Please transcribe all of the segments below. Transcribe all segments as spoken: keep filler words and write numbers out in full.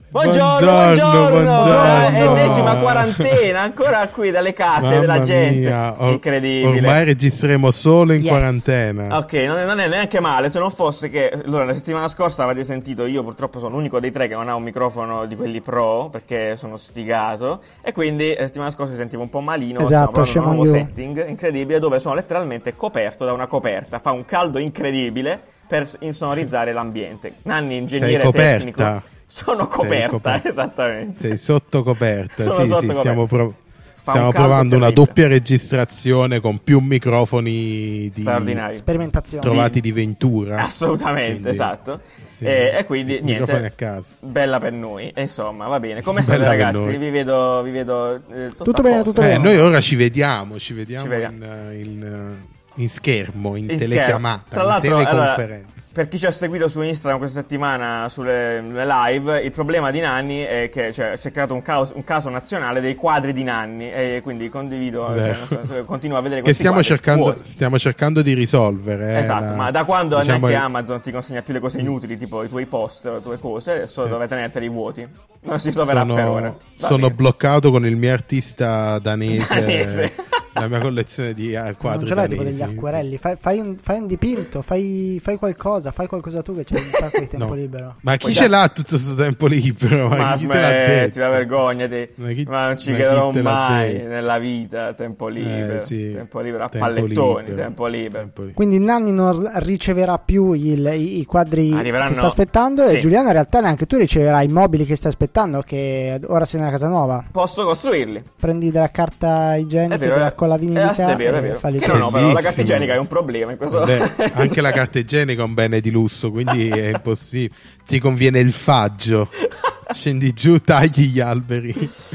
Buongiorno, buongiorno, buongiorno, buongiorno. Ennesima quarantena, ancora qui dalle case Mamma della gente. Mia. Or- Incredibile. Ormai registreremo solo in yes. quarantena. Ok, non è, non è neanche male, se non fosse che allora la settimana scorsa avete sentito, io purtroppo sono l'unico dei tre che non ha un microfono di quelli pro, perché sono sfigato, e quindi la settimana scorsa si sentiva un po' malino. Esatto, stiamo provando un nuovo io. setting incredibile dove sono letteralmente coperto da una coperta, fa un caldo incredibile per insonorizzare l'ambiente. Nanni, ingegnere tecnico. Sono coperta, coperta, esattamente. Sei sotto coperta, Sono sì, sotto sì, coperta. stiamo, pro- stiamo provando una doppia registrazione con più microfoni di sperimentazione trovati di Ventura. Assolutamente, quindi, esatto. Sì, e, e quindi niente, a caso. Bella per noi. E insomma, va bene. Come state, ragazzi? Vi vedo, vi vedo eh, tutto, tutto bene, tutto eh, bene. Noi ora ci vediamo, ci vediamo, ci vediamo. in, in, in schermo, in, in telechiamata, Tra l'altro, in teleconferenza. Allora, per chi ci ha seguito su Instagram questa settimana sulle live, il problema di Nanni è che cioè, si è creato un, caos, un caso nazionale dei quadri di Nanni e quindi condivido, cioè, continuo a vedere questi che stiamo cercando, vuoti. stiamo cercando di risolvere. Eh, esatto, la, ma da quando diciamo neanche il... Amazon ti consegna più le cose inutili, tipo i tuoi post, le tue cose, adesso sì. dovete tenerteli vuoti. Non si troverà sono, per ora. Va sono bene. bloccato con il mio artista danese. danese. La mia collezione di quadri non ce l'hai tipo danesi. degli acquerelli, fai, fai, un, fai un dipinto, fai, fai qualcosa, fai qualcosa tu che c'hai un sacco di tempo no. libero. Ma chi Poi ce da... l'ha tutto questo tempo libero? Ma, ma chi smetti, la vergognati. Ma, chi, ma non ci chiederò mai nella vita tempo libero. Eh, sì. Tempo libero a tempo pallettoni, libero. tempo libero. Tempo libero. Quindi Nanni non riceverà più il, i, i quadri Arriveranno... che sta aspettando sì. e Giuliano in realtà neanche tu riceverai i mobili che stai aspettando, che ora sei nella casa nuova. Posso costruirli. Prendi della carta igienica, vero, della colla vinica. È vero, è vero. Che non ho, però la carta igienica è un problema in questo Beh, anche la carta igienica è un bene di lusso, quindi è impossibile. Ti conviene il faggio. Scendi giù, tagli gli alberi.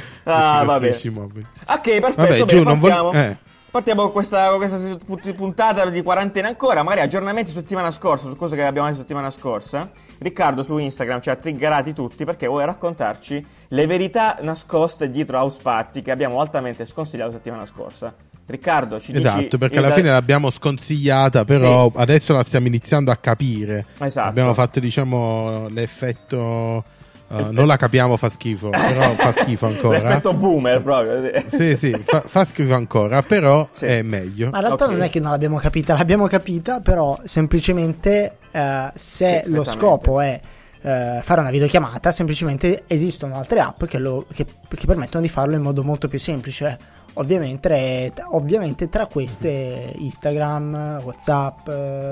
Ah, va bene. Ok, perfetto. Vabbè, bene, giù, non partiamo. Vol- eh. Partiamo con questa, con questa puntata di quarantena ancora. Magari aggiornamenti settimana scorsa su cose che abbiamo detto settimana scorsa. Riccardo su Instagram ci ha triggerati tutti perché vuole raccontarci le verità nascoste dietro House Party che abbiamo altamente sconsigliato settimana scorsa. Riccardo, ci dici... Esatto, perché alla da... fine l'abbiamo sconsigliata, però sì. Adesso la stiamo iniziando a capire. Esatto. Abbiamo fatto, diciamo, l'effetto... Uh, non la capiamo, fa schifo, però fa schifo ancora. L'effetto boomer proprio. Sì, sì, fa, fa schifo ancora, però sì. È meglio. Ma in realtà okay. non è che non l'abbiamo capita, l'abbiamo capita, però semplicemente uh, se sì, lo scopo è uh, fare una videochiamata, semplicemente esistono altre app che, lo, che, che permettono di farlo in modo molto più semplice. Ovviamente, ovviamente tra queste Instagram, WhatsApp,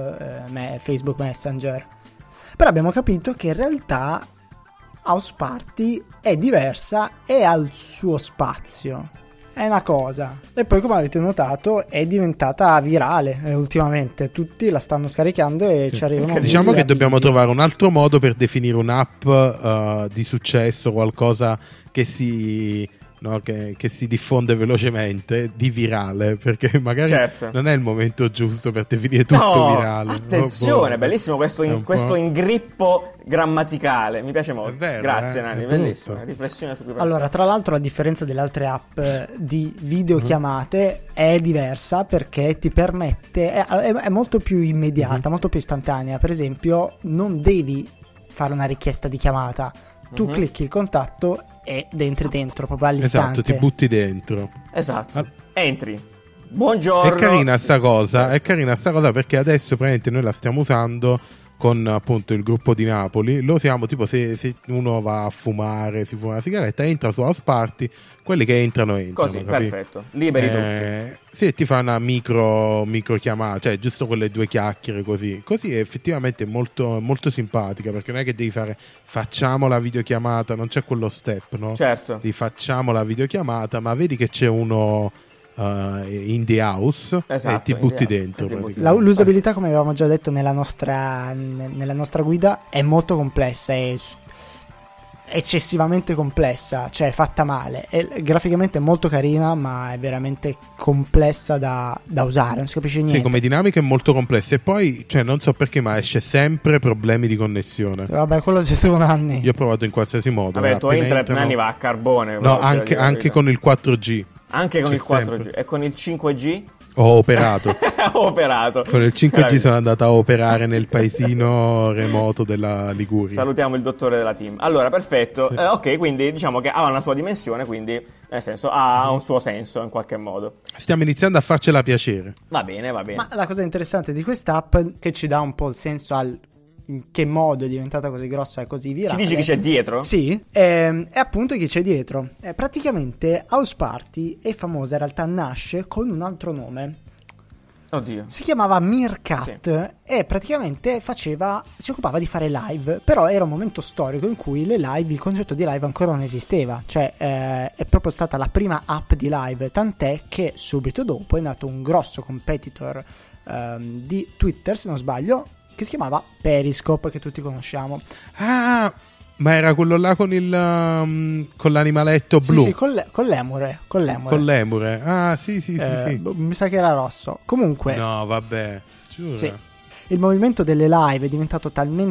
uh, Facebook Messenger. Però abbiamo capito che in realtà House Party è diversa e ha il suo spazio, è una cosa. E poi, come avete notato, è diventata virale eh, ultimamente, tutti la stanno scaricando e sì. ci arrivano. Diciamo che dobbiamo trovare un altro modo per definire un'app uh, di successo, qualcosa che si... No, che, che si diffonde velocemente, di virale, perché magari certo. non è il momento giusto per definire tutto no, virale. Attenzione, oh, bellissimo questo, in, questo ingrippo grammaticale, mi piace molto. Vero, Grazie eh? Nanni, bellissimo, riflessione su cui pensare. Allora, tra l'altro, a differenza delle altre app di videochiamate, mm. è diversa perché ti permette, è, è, è molto più immediata, mm. molto più istantanea. Per esempio, non devi fare una richiesta di chiamata, tu mm-hmm. clicchi il contatto ed entri dentro proprio all'istante. Esatto, ti butti dentro. Esatto, All... entri. Buongiorno. È carina sta cosa, è carina sta cosa perché adesso praticamente noi la stiamo usando con appunto il gruppo di Napoli. Lo usiamo tipo se, se uno va a fumare, si fuma una sigaretta, entra su House Party, quelli che entrano entrano. Così, capì? perfetto, liberi eh, tutti. Sì, ti fa una micro, micro chiamata, cioè giusto quelle due chiacchiere così. Così è effettivamente molto, molto simpatica, perché non è che devi fare facciamo la videochiamata, non c'è quello step, no? Certo. Di facciamo la videochiamata, ma vedi che c'è uno uh, in the house, esatto, e ti butti dentro. ti butti la, l'usabilità, come avevamo già detto nella nostra, nella nostra guida, è molto complessa, è eccessivamente complessa, cioè fatta male. È, graficamente è molto carina, ma è veramente complessa da, da usare, non si capisce niente. Sì, come dinamica è molto complessa. E poi, cioè, non so perché, ma esce sempre problemi di connessione. Vabbè, quello c'è tu un anni. Io ho provato in qualsiasi modo. Vabbè, il tuo internet anni va a carbone. No, anche, anche con il quattro G. Anche con c'è il quattro G sempre. e con il cinque G? Ho operato. Ho operato. Con il cinque G sono andato a operare nel paesino remoto della Liguria. Salutiamo il dottore della team. Allora, perfetto. Sì. Eh, ok, quindi diciamo che ha una sua dimensione, quindi nel senso ha un suo senso in qualche modo. Stiamo iniziando a farcela piacere. Va bene, va bene. Ma la cosa interessante di quest'app, che ci dà un po' il senso al in che modo è diventata così grossa e così virale. Ci dici chi c'è dietro? Sì, è, è appunto chi c'è dietro. È praticamente House Party è famosa, in realtà nasce con un altro nome. Oddio. Si chiamava Meerkat, sì. E praticamente faceva, si occupava di fare live, però era un momento storico in cui le live, il concetto di live ancora non esisteva, cioè eh, è proprio stata la prima app di live, tant'è che subito dopo è nato un grosso competitor ehm, di Twitter, se non sbaglio, che si chiamava Periscope, che tutti conosciamo. Ah, ma era quello là con il um, con l'animaletto blu. Sì, sì, con, le, con l'emure, con l'emure. Con l'emure. Ah, sì, sì, eh, sì, sì. Mi sa che era rosso. Comunque. No, vabbè. Giuro. Sì. Il movimento delle live è diventato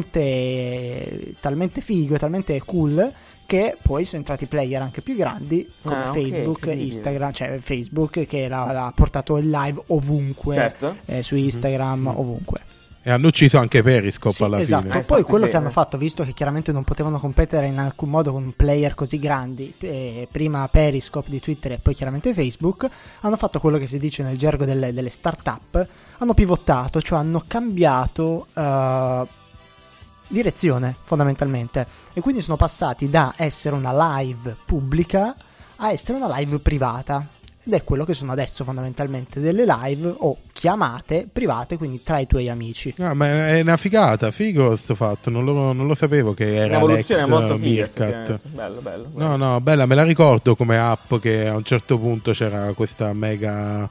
talmente talmente figo e talmente cool che poi sono entrati player anche più grandi come ah, Facebook, okay, Instagram, cioè Facebook che l'ha portato il live ovunque, certo. eh, su Instagram, mm-hmm. ovunque. E hanno ucciso anche Periscope sì, alla esatto. fine. E poi quello sì, che eh. hanno fatto, visto che chiaramente non potevano competere in alcun modo con player così grandi, eh, prima Periscope di Twitter e poi chiaramente Facebook, hanno fatto quello che si dice nel gergo delle, delle start-up, hanno pivotato, cioè hanno cambiato uh, direzione fondamentalmente, e quindi sono passati da essere una live pubblica a essere una live privata. Ed è quello che sono adesso fondamentalmente, delle live o chiamate private, quindi tra i tuoi amici. Ah, ma è una figata, figo sto fatto, non lo, non lo sapevo che era un'evoluzione Alex molto figa, Meerkat. Bello, bello, bello. No, no, bella, me la ricordo come app, che a un certo punto c'era questa mega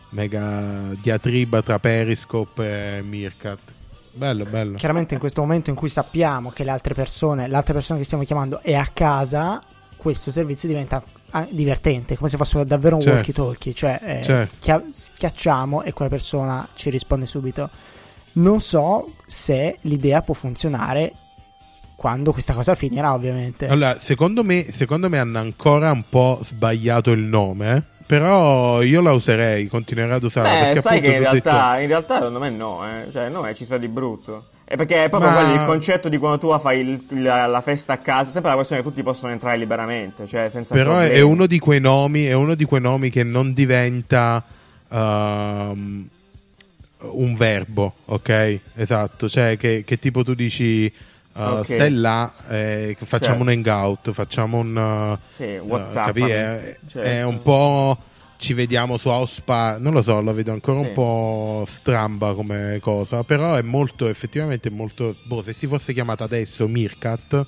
mega diatriba tra Periscope e Meerkat. Bello, bello. Chiaramente in questo momento in cui sappiamo che le altre persone, l'altra persona che stiamo chiamando è a casa, questo servizio diventa divertente, come se fosse davvero un certo. walkie-talkie, cioè eh, certo. chia- schiacciamo e quella persona ci risponde subito. Non so se l'idea può funzionare quando questa cosa finirà, ovviamente. Allora, secondo me, secondo me hanno ancora un po' sbagliato il nome, però io la userei, continuerei ad usarla. Beh, perché sai che in realtà, detto... in realtà secondo me no, eh. Cioè il nome ci sta di brutto. E perché è proprio Ma... quello il concetto di quando tu fai il, la, la festa a casa, sempre la questione che tutti possono entrare liberamente, cioè senza Però problemi. è uno di quei nomi, è uno di quei nomi che non diventa um, un verbo, ok? Esatto, cioè che, che tipo tu dici uh, okay. stai là, eh, facciamo certo. un hangout, facciamo un uh, sì, WhatsApp, uh, capi? È, certo. è un po', ci vediamo su House Party, non lo so, lo vedo ancora sì. un po' stramba come cosa, però è molto, effettivamente molto, boh, se si fosse chiamata adesso Meerkat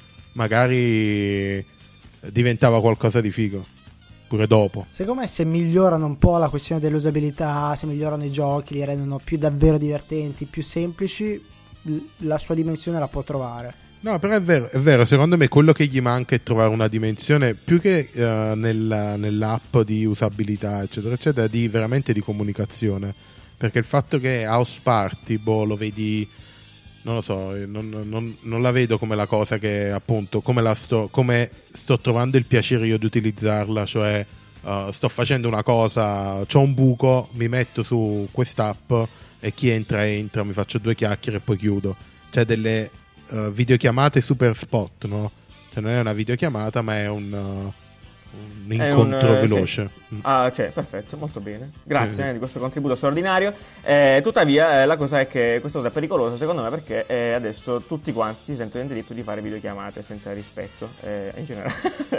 magari diventava qualcosa di figo pure dopo. Secondo me se migliorano un po' la questione dell'usabilità, se migliorano i giochi, li rendono più davvero divertenti, più semplici, la sua dimensione la può trovare. No, però è vero, è vero, secondo me quello che gli manca è trovare una dimensione più che uh, nella, nell'app di usabilità eccetera eccetera, di veramente di comunicazione, perché il fatto che House Party boh, lo vedi, non lo so, non, non, non la vedo come la cosa che appunto come la sto, come sto trovando il piacere io di utilizzarla, cioè uh, sto facendo una cosa, c'ho un buco, mi metto su quest'app e chi entra entra, mi faccio due chiacchiere e poi chiudo, cioè delle Uh, videochiamate super spot, no? Cioè non è una videochiamata ma è un, uh, un incontro un, uh, veloce sì. Ah, cioè, perfetto, molto bene, grazie sì. eh, di questo contributo straordinario. Eh, tuttavia eh, la cosa è che questa cosa è pericolosa secondo me, perché eh, adesso tutti quanti sentono il diritto di fare videochiamate senza rispetto eh, in generale.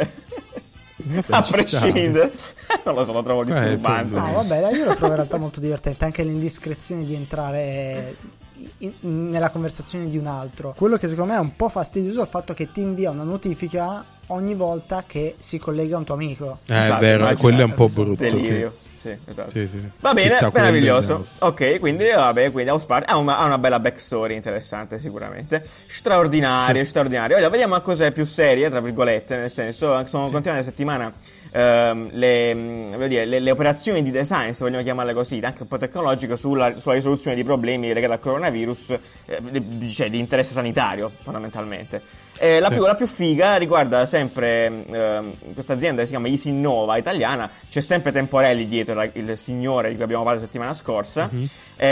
A prescindere, non lo so, lo trovo disturbante. No, vabbè, dai, io lo trovo in realtà molto divertente, anche l'indiscrezione di entrare in, in, nella conversazione di un altro. Quello che secondo me è un po' fastidioso è il fatto che ti invia una notifica ogni volta che si collega a un tuo amico. Eh, esatto, è vero, quello è un po' brutto. Delirio. Sì. Sì, esatto. Sì, sì. Va bene, meraviglioso. Ok, quindi vabbè, quindi House Party ha una, ha una bella backstory interessante sicuramente. Straordinario, sì. straordinario. Ora vediamo a cose più serie, tra virgolette, nel senso, sono sì. continuate la settimana ehm, le, voglio dire, le, le operazioni di design, se vogliamo chiamarle così, anche un po' tecnologiche, sulla, sulla risoluzione di problemi legati al coronavirus, eh, cioè di interesse sanitario, fondamentalmente. Eh, la, più, la più figa riguarda sempre eh, questa azienda che si chiama Isinnova italiana. C'è sempre Temporelli dietro, la, il signore di cui abbiamo parlato la settimana scorsa. Mm-hmm.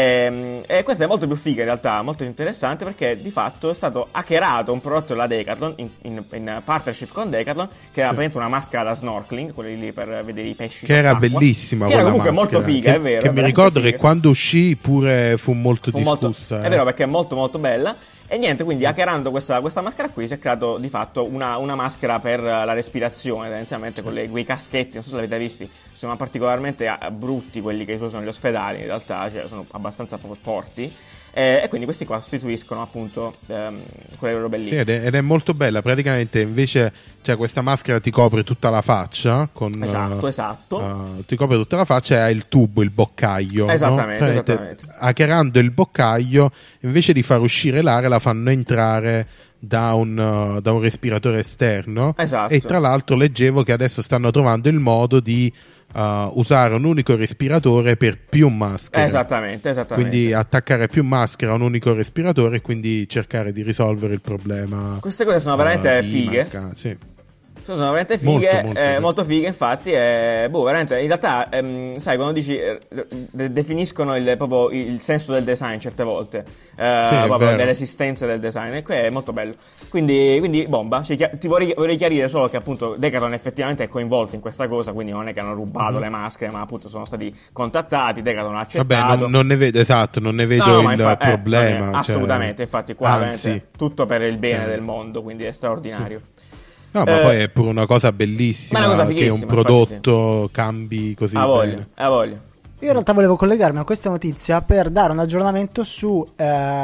E, e questa è molto più figa in realtà, molto interessante, perché di fatto è stato hackerato un prodotto della Decathlon in, in, in partnership con Decathlon, che era sì. una maschera da snorkeling, quelli lì per vedere i pesci, che era bellissima, che era comunque maschera. molto figa, che, è vero. Che mi ricordo figa. Che quando uscì pure fu molto fu discussa. Molto, eh. È vero, perché è molto molto bella. E niente, quindi hackerando questa, questa maschera qui si è creato di fatto una, una maschera per la respirazione, tendenzialmente con le, quei caschetti, non so se l'avete visti, sono particolarmente brutti quelli che si usano negli ospedali, in realtà cioè, sono abbastanza forti. Eh, e quindi questi qua sostituiscono appunto ehm, quelle robe lì. Sì, ed, è, ed è molto bella, praticamente invece cioè, questa maschera ti copre tutta la faccia con, esatto, uh, esatto uh, ti copre tutta la faccia e hai il tubo, il boccaglio, esattamente, no? esattamente. Hackerando il boccaglio, invece di far uscire l'aria la fanno entrare da un, uh, da un respiratore esterno. Esatto. E tra l'altro leggevo che adesso stanno trovando il modo di Uh, usare un unico respiratore per più maschere. Esattamente, esattamente. Quindi attaccare più maschere a un unico respiratore e quindi cercare di risolvere il problema. Queste cose sono veramente uh, fighe. Manca- sì. Sono veramente fighe, molto, molto, eh, molto fighe, infatti. Eh, boh, veramente, in realtà, ehm, sai, quando dici eh, de- definiscono il, proprio il senso del design certe volte, eh, sì, proprio dell'esistenza del design, e qui è molto bello. Quindi, quindi bomba. Cioè, ti vorrei, vorrei chiarire solo che appunto Decathlon effettivamente è coinvolto in questa cosa, quindi non è che hanno rubato mm-hmm. le maschere, ma appunto sono stati contattati, Decathlon ha accettato. Vabbè, non, non ne vedo, esatto, non ne vedo no, no, il infa- problema. Eh, cioè, assolutamente, infatti qua anzi, tutto per il bene cioè, del mondo, quindi è straordinario. Sì. No, ma eh, poi è pure una cosa bellissima, una cosa che un prodotto sì. cambi così a voglia, bene. A voglia. Io in realtà volevo collegarmi a questa notizia per dare un aggiornamento su eh,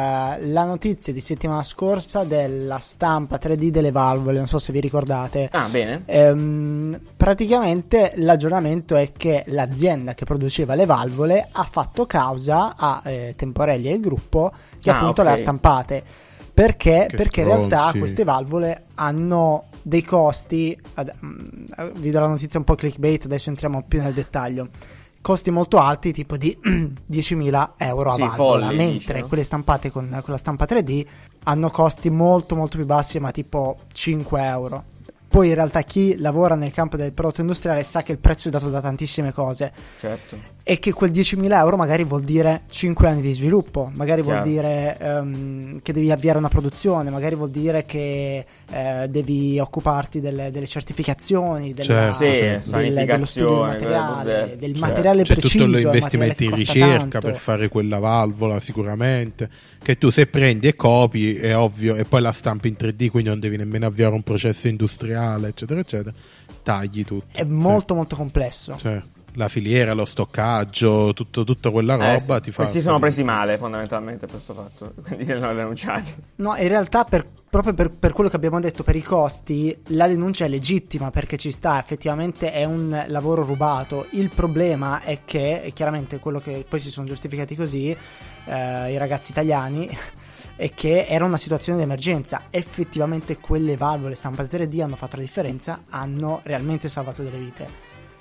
la notizia di settimana scorsa della stampa tre D delle valvole, non so se vi ricordate. Ah, bene. Ehm, praticamente l'aggiornamento è che l'azienda che produceva le valvole ha fatto causa a eh, Temporelli e il gruppo che ah, appunto okay. le ha stampate. Perché? Che Perché stronzi. in realtà queste valvole hanno dei costi, ad, mh, vi do la notizia un po' clickbait, adesso entriamo più nel dettaglio, costi molto alti, tipo di diecimila euro a sì, valvola, folli, mentre dice, no? quelle stampate con, con la stampa tre D hanno costi molto molto più bassi, ma tipo cinque euro. Poi in realtà chi lavora nel campo del prodotto industriale sa che il prezzo è dato da tantissime cose. Certo. E che quel diecimila euro magari vuol dire cinque anni di sviluppo, magari Chiaro. vuol dire um, che devi avviare una produzione, magari vuol dire che eh, devi occuparti delle, delle certificazioni, della, certo, sì, del, dello studio del materiale, del, del certo. materiale C'è preciso. C'è tutto l'investimento in ricerca tanto. per fare quella valvola sicuramente, che tu se prendi e copi è ovvio, e poi la stampi in tre D, quindi non devi nemmeno avviare un processo industriale eccetera eccetera, tagli tutto. È molto cioè, molto complesso. Cioè, la filiera, lo stoccaggio, tutto, tutta quella roba eh, sì. ti fa. Si sono presi male fondamentalmente per questo fatto, quindi non l'hanno denunciati. No, in realtà per, proprio per, per quello che abbiamo detto, per i costi, la denuncia è legittima perché ci sta, effettivamente è un lavoro rubato. Il problema è che, e chiaramente quello che poi si sono giustificati così eh, i ragazzi italiani, è che era una situazione di emergenza. Effettivamente quelle valvole stampate tre D hanno fatto la differenza, hanno realmente salvato delle vite.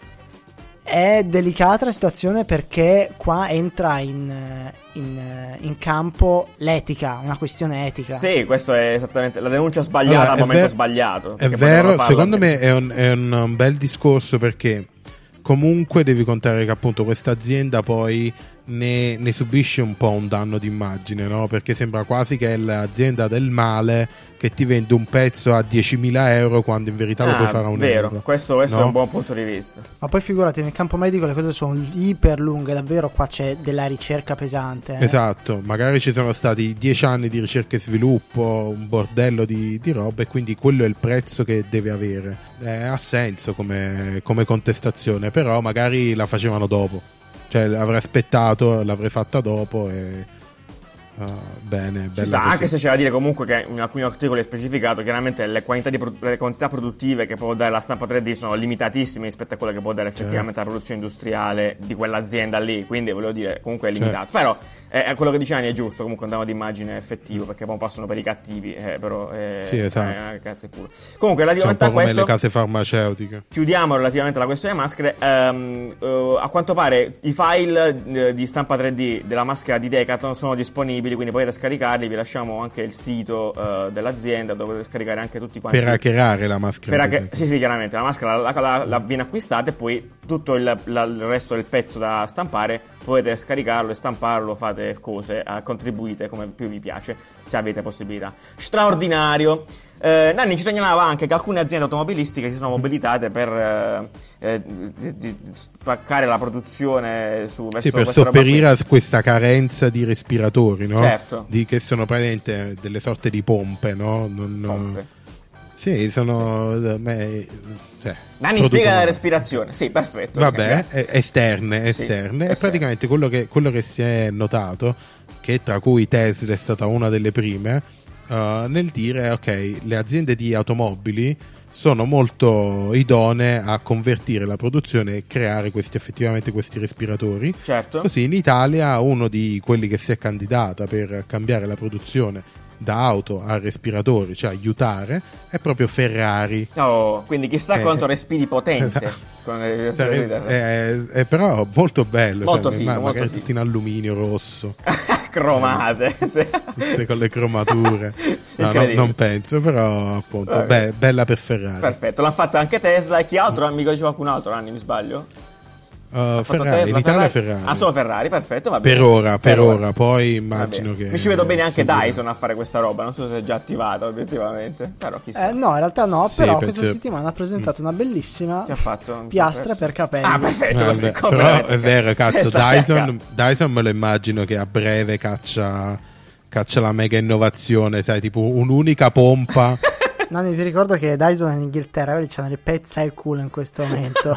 È delicata la situazione perché qua entra in, in, in campo l'etica, una questione etica. Sì, questo è esattamente la denuncia sbagliata allora, al momento ver- sbagliato. È vero, secondo me è un, è un bel discorso, perché comunque devi contare che appunto questa azienda poi ne, ne subisce un po' un danno d'immagine, no? Perché sembra quasi che è l'azienda del male che ti vende un pezzo a diecimila euro quando in verità ah, lo puoi fare a un vero. euro. Questo, questo no? è un buon punto di vista. Ma poi figurati, nel campo medico le cose sono iper lunghe, davvero qua c'è della ricerca pesante. Eh? Esatto, magari ci sono stati dieci anni di ricerca e sviluppo, un bordello di, di roba, e quindi quello è il prezzo che deve avere. Eh, ha senso come, come contestazione, però magari la facevano dopo. Cioè l'avrei aspettato, l'avrei fatta dopo e uh, bene, bella sta, così. Anche se c'è da dire comunque che in alcuni articoli è specificato chiaramente le quantità, di produ- le quantità produttive che può dare la stampa tre D sono limitatissime rispetto a quelle che può dare effettivamente certo. la produzione industriale di quell'azienda lì, quindi volevo dire comunque è limitato, certo. però eh, quello che dicevano è giusto, comunque un danno d'immagine effettivo, perché poi passano per i cattivi, eh, però eh, sì, esatto. eh, cazzo è culo. Comunque relativamente a questo, come le case farmaceutiche, chiudiamo relativamente alla questione maschere. Um, uh, a quanto pare i file uh, di stampa tre D della maschera di Decathlon sono disponibili disponibili, quindi potete scaricarli. Vi lasciamo anche il sito uh, dell'azienda dove potete scaricare anche tutti quanti. Per hackerare la maschera. Per hacker- sì, sì, chiaramente. La maschera la, la, la viene acquistata e poi tutto il, la, il resto del pezzo da stampare potete scaricarlo e stamparlo, fate cose, uh, contribuite come più vi piace, se avete possibilità. Straordinario. Eh, Nanni ci segnalava anche che alcune aziende automobilistiche si sono mobilitate per eh, eh, di, di spaccare la produzione su verso sì, per sopperire a questa carenza di respiratori, no? Certo. Di, che sono praticamente delle sorte di pompe, no? Non, pompe. Sì, sono me, cioè, Nanni spiega la respirazione. Sì, perfetto. Vabbè, okay, esterne, sì, esterne. E praticamente quello che, quello che si è notato, che tra cui Tesla è stata una delle prime, Uh, nel dire ok, le aziende di automobili sono molto idonee a convertire la produzione e creare questi effettivamente questi respiratori. Certo. Così in Italia uno di quelli che si è candidata per cambiare la produzione da auto a respiratori, cioè aiutare, è proprio Ferrari. Oh, quindi chissà eh, quanto respiri potente. Esatto. Con Sarebbe, è, è però molto bello, molto cioè, figo, ma, molto magari figo. Tutti in alluminio rosso. Cromate, sì. Tutte con le cromature. No, no, non penso, però appunto be- bella per Ferrari. Perfetto, l'ha fatto anche Tesla e chi altro? Amico dice qualcun altro, Anni, mi sbaglio? Uh, Ferrari, Tesla, in Italia Ferrari. Ferrari. Ah, solo Ferrari, perfetto, va bene. Per ora, per, per ora. ora, poi immagino che... Mi ci vedo bene anche sicuro. Dyson a fare questa roba, non so se è già attivata obiettivamente, però chissà. Eh, no, in realtà no, sì, però penso... questa settimana ha presentato una bellissima fatto, piastra per capelli. Ah, perfetto, ah, così beh, però è vero, cazzo, Dyson, Dyson me lo immagino che a breve caccia, caccia la mega innovazione, sai, tipo un'unica pompa... Nanni, ti ricordo che Dyson in Inghilterra lì c'hanno le pezze al culo in questo momento.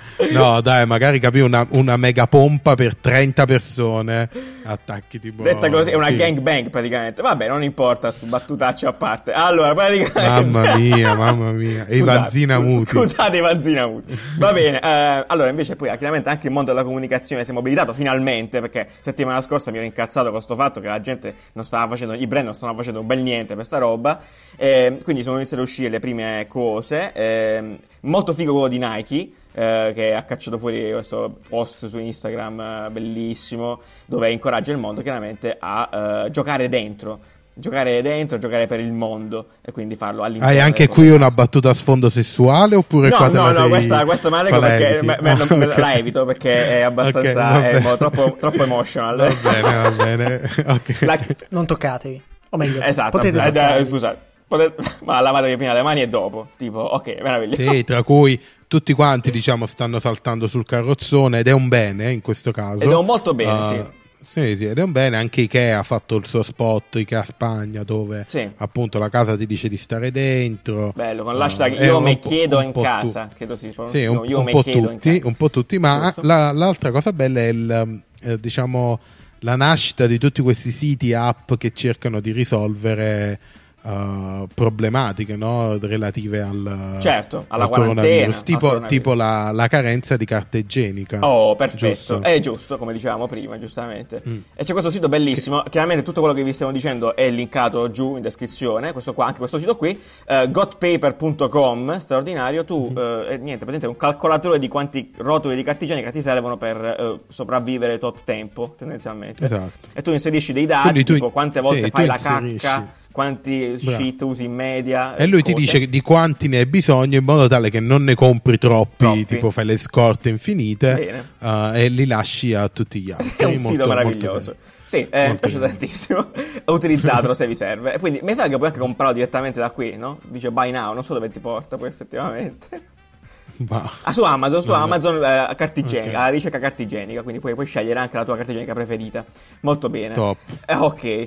No, dai, magari capi una, una mega pompa per trenta persone. Attacchi tipo. Detta così, è una gangbang praticamente. Vabbè, non importa, battutaccio a parte. Allora, praticamente. Mamma mia, mamma mia. E Ivanzina Muti. Scusate, Ivanzina Muti. Va bene. Eh, allora, invece, poi chiaramente anche il mondo della comunicazione si è mobilitato finalmente. Perché settimana scorsa mi ero incazzato con sto fatto che la gente non stava facendo, i brand non stavano facendo un bel niente per sta roba. Eh, quindi sono iniziate a uscire le prime cose. Eh, molto figo quello di Nike. Eh, che ha cacciato fuori questo post su Instagram eh, bellissimo, dove incoraggia il mondo chiaramente a eh, giocare dentro giocare dentro, giocare per il mondo e quindi farlo all'interno. Hai anche qui una battuta a sfondo sessuale oppure no, qua no, no, sei... questa, questa me la leggo perché me, me, ah, okay. la evito perché è abbastanza okay, è mo, troppo, troppo emotional. Va bene, va bene. Okay. La... Non toccatevi, o meglio, esatto, potete eh, eh, scusate, potete... ma lavatevi prima le mani e dopo, tipo, ok, meraviglioso. Sì, tra cui tutti quanti, diciamo, stanno saltando sul carrozzone ed è un bene in questo caso. Ed è un molto bene, uh, sì. Sì, sì, ed è un bene. Anche Ikea ha fatto il suo spot, Ikea Spagna, dove sì. appunto la casa ti dice di stare dentro. Bello, con l'hashtag uh, io me chiedo in casa. Tu- Credo si sì, un, io un, me po tutti, un po' tutti, ma la, l'altra cosa bella è il, eh, diciamo, la nascita di tutti questi siti, app che cercano di risolvere Uh, problematiche, no? Relative al, certo, alla al quarantena, tipo, al tipo la, la carenza di carta igienica. Oh, perfetto, giusto? È giusto, come dicevamo prima, giustamente. Mm. E c'è questo sito bellissimo, che... chiaramente tutto quello che vi stiamo dicendo è linkato giù in descrizione, questo qua, anche questo sito qui, uh, gotpaper punto com, straordinario. Tu, mm. uh, eh, niente, praticamente un calcolatore di quanti rotoli di carta igienica ti servono per uh, sopravvivere tot tempo, tendenzialmente. Esatto. E tu inserisci dei dati, tipo in... quante volte sì, fai la inserisci. cacca, quanti sheet Bravo. usi in media e lui cose. ti dice di quanti ne hai bisogno in modo tale che non ne compri troppi, troppi. Tipo fai le scorte infinite uh, e li lasci a tutti gli altri. È un molto, sito meraviglioso. Sì, eh, mi piace tantissimo. Utilizzatelo se vi serve. E quindi mi sa che puoi anche comprarlo direttamente da qui, no? Dice buy now, non so dove ti porta poi effettivamente. Bah. Ah, su Amazon, su Amazon eh, carta igienica, okay. La ricerca carta igienica, quindi puoi, puoi scegliere anche la tua carta igienica preferita. Molto bene. Top. Eh, ok.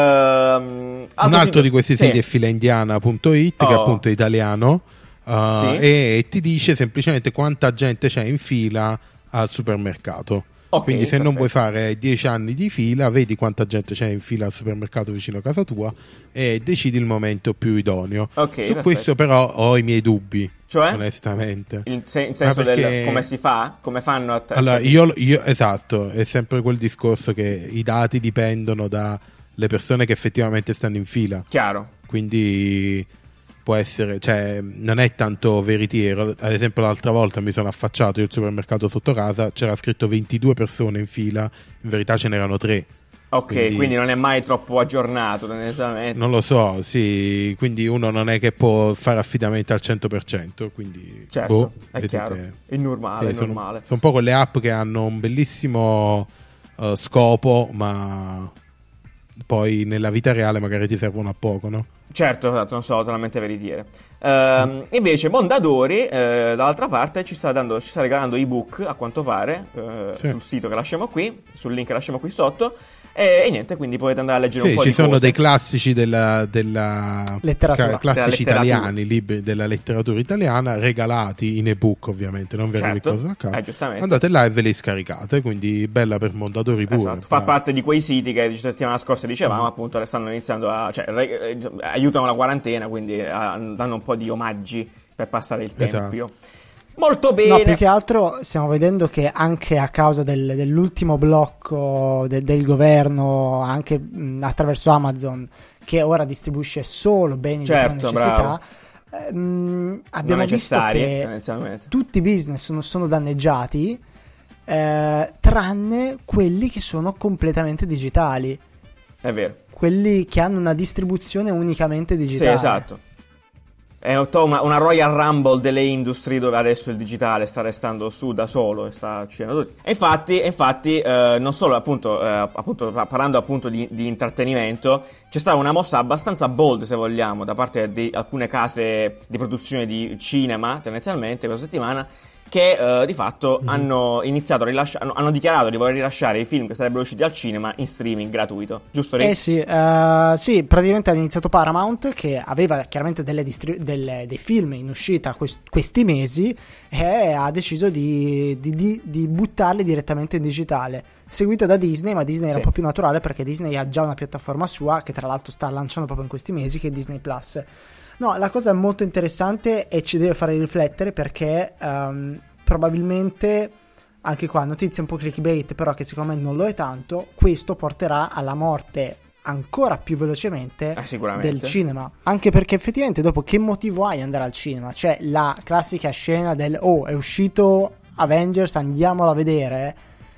Um, Un altro sito... di questi siti sì. è filaindiana punto it, oh. che appunto è italiano, uh, sì. e ti dice semplicemente quanta gente c'è in fila al supermercato. Okay, quindi se perfetto. non vuoi fare dieci anni di fila, vedi quanta gente c'è in fila al supermercato vicino a casa tua e decidi il momento più idoneo. Okay, Su perfetto. questo però ho i miei dubbi. Cioè? Onestamente. In, se, in senso perché... del come si fa? Come fanno a... Allora, io, io, esatto, è sempre quel discorso che i dati dipendono dalle persone che effettivamente stanno in fila. Chiaro. Quindi può essere, cioè, non è tanto veritiero. Ad esempio l'altra volta mi sono affacciato io al supermercato sotto casa, c'era scritto ventidue persone in fila, in verità ce n'erano tre. Ok, quindi, quindi non è mai troppo aggiornato tendenzialmente. Non lo so, sì, quindi uno non è che può fare affidamento al cento per cento, quindi certo, boh, è chiaro, è normale, è sono, normale. Sono un po' quelle app che hanno un bellissimo uh, scopo, ma poi nella vita reale magari ti servono a poco, no? Certo, esatto, non so totalmente veritiere. Uh, invece Mondadori, uh, dall'altra parte, ci sta, dando, ci sta regalando ebook, a quanto pare, uh, sì. sul sito che lasciamo qui, sul link che lasciamo qui sotto. E, e niente, quindi potete andare a leggere sì, un po' di di cose. Ci sono dei classici della, della letteratura. Ca- classici della italiani, libri della letteratura italiana, regalati in ebook ovviamente, non ve li certo. ricordo a caso. Eh, giustamente. Andate là e ve li scaricate, quindi bella per Mondadori pure. Esatto. Fa parte di quei siti che la settimana scorsa dicevamo, mm. appunto, stanno iniziando a... cioè, re, aiutano la quarantena, quindi a, danno un po' di omaggi per passare il tempo. Esatto. Molto bene. No, più che altro stiamo vedendo che anche a causa del, dell'ultimo blocco del, del governo, anche mh, attraverso Amazon, che ora distribuisce solo beni certo, di prima necessità, ehm, abbiamo visto che tutti i business sono, sono danneggiati, eh, tranne quelli che sono completamente digitali. È vero. Quelli che hanno una distribuzione unicamente digitale. Sì, esatto. È una, una Royal Rumble delle industrie dove adesso il digitale sta restando su da solo e sta uccidendo tutti. E infatti, infatti eh, non solo appunto, eh, appunto parlando appunto di, di intrattenimento, c'è stata una mossa abbastanza bold, se vogliamo, da parte di alcune case di produzione di cinema, tendenzialmente questa settimana, che uh, di fatto mm-hmm. hanno iniziato a rilasciare, hanno, hanno dichiarato di voler rilasciare i film che sarebbero usciti al cinema in streaming gratuito, giusto Rick? Eh sì, uh, sì, praticamente ha iniziato Paramount, che aveva chiaramente delle distri- delle, dei film in uscita quest- questi mesi, e ha deciso di, di, di, di buttarli direttamente in digitale, seguito da Disney, ma Disney era sì. un po' più naturale perché Disney ha già una piattaforma sua che tra l'altro sta lanciando proprio in questi mesi, che è Disney Plus. No, la cosa è molto interessante e ci deve fare riflettere perché um, probabilmente, anche qua notizie un po' clickbait, però che secondo me non lo è tanto, questo porterà alla morte ancora più velocemente eh, del cinema. Anche perché effettivamente dopo che motivo hai di andare al cinema? Cioè la classica scena del oh, è uscito Avengers, andiamolo a vedere,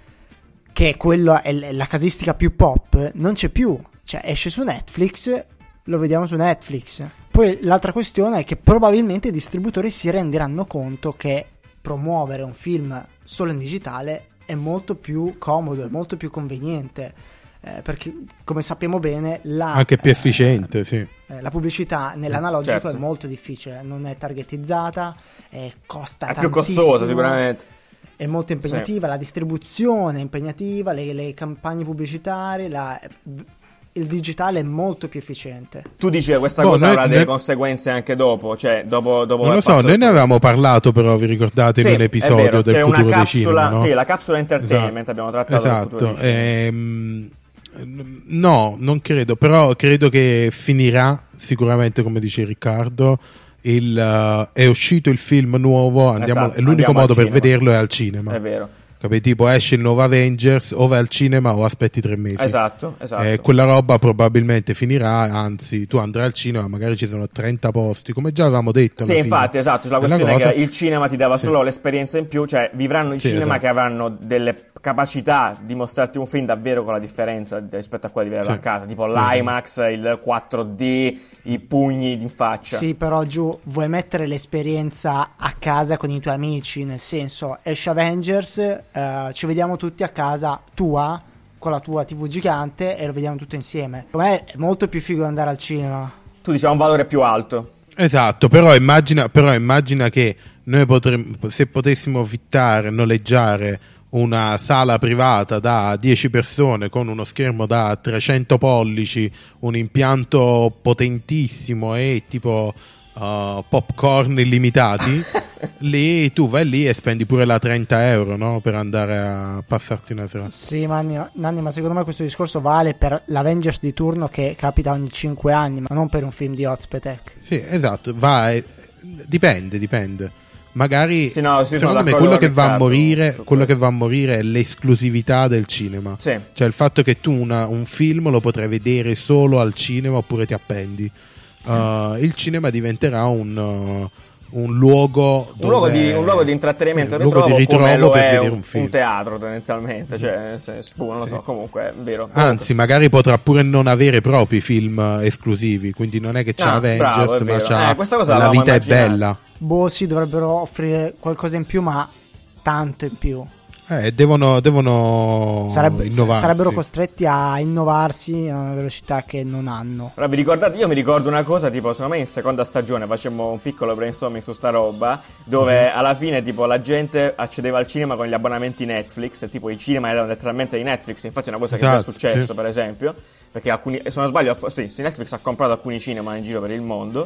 che quello è la casistica più pop, non c'è più. Cioè esce su Netflix, lo vediamo su Netflix. Poi l'altra questione è che probabilmente i distributori si renderanno conto che promuovere un film solo in digitale è molto più comodo, è molto più conveniente, eh, perché come sappiamo bene la, anche più efficiente, eh, sì. eh, la pubblicità nell'analogico certo. è molto difficile, non è targetizzata, eh, costa è tantissimo, più costosa sicuramente, è molto impegnativa, sì. La distribuzione è impegnativa, le, le campagne pubblicitarie, la... il digitale è molto più efficiente. Tu dici che questa oh, cosa noi, avrà delle noi... conseguenze anche dopo, cioè dopo, dopo non lo so, noi ne avevamo parlato, però vi ricordate, sì, in un episodio del c'è futuro una capsula, dei cinema, no? Sì, la capsula entertainment, esatto. Abbiamo trattato esatto. del futuro dei ehm, no, non credo, però credo che finirà sicuramente, come dice Riccardo. Il, uh, è uscito il film nuovo, andiamo, esatto, è l'unico andiamo modo per vederlo è al cinema. È vero. Capito? Tipo esce il nuovo Avengers, o vai al cinema o aspetti tre mesi. Esatto, esatto. Eh, quella roba probabilmente finirà, anzi tu andrai al cinema, magari ci sono trenta posti, come già avevamo detto. Sì, infatti, fine. esatto, la questione cosa... è che il cinema ti dava solo sì. l'esperienza in più, cioè vivranno i sì, cinema esatto. che avranno delle capacità di mostrarti un film davvero con la differenza rispetto a quella di vederlo sì. a casa, tipo sì. l'IMAX, il quattro D, i pugni in faccia. Sì, però giù vuoi mettere l'esperienza a casa con i tuoi amici, nel senso esce Avengers, eh, ci vediamo tutti a casa tua con la tua tivù gigante e lo vediamo tutto insieme. Per me è molto più figo andare al cinema. Tu dici ha un valore più alto. Esatto, però immagina, però immagina che noi potremmo, se potessimo fittare, noleggiare una sala privata da dieci persone con uno schermo da trecento pollici, un impianto potentissimo e tipo uh, popcorn illimitati, lì tu vai lì e spendi pure la trenta euro, no? Per andare a passarti una serata. Sì, Nanni, Nanni, ma secondo me questo discorso vale per l'Avengers di turno che capita ogni cinque anni, ma non per un film di Ozpetek. Sì, esatto, va, dipende, dipende. Magari sì, no, sì, secondo me quello che va a morire quello che va a morire è l'esclusività del cinema, sì. Cioè il fatto che tu una, un film lo potrai vedere solo al cinema oppure ti appendi. Uh, il cinema diventerà un, uh, un luogo un luogo di, un luogo di intrattenimento, un luogo di ritrovo come lo per è vedere un, un film, un teatro tendenzialmente, cioè nel senso, boh, non lo sì. so, comunque è vero. Anzi, magari potrà pure non avere propri film esclusivi, quindi non è che c'ha Ah, Avengers, bravo, ma c'ha eh, questa cosa La vita immaginato. è bella. Boh, sì, dovrebbero offrire qualcosa in più, ma tanto in più. Eh, devono, devono Sarebbe, innovarsi. Sarebbero costretti a innovarsi a una velocità che non hanno. Allora, vi ricordate? Io mi ricordo una cosa, tipo, secondo me in seconda stagione facemmo un piccolo brainstorming su sta roba, dove mm-hmm. alla fine, tipo, la gente accedeva al cinema con gli abbonamenti Netflix, e tipo i cinema erano letteralmente di Netflix, infatti è una cosa esatto, che è successo, sì. per esempio, perché alcuni, se non sbaglio, sì, Netflix ha comprato alcuni cinema in giro per il mondo,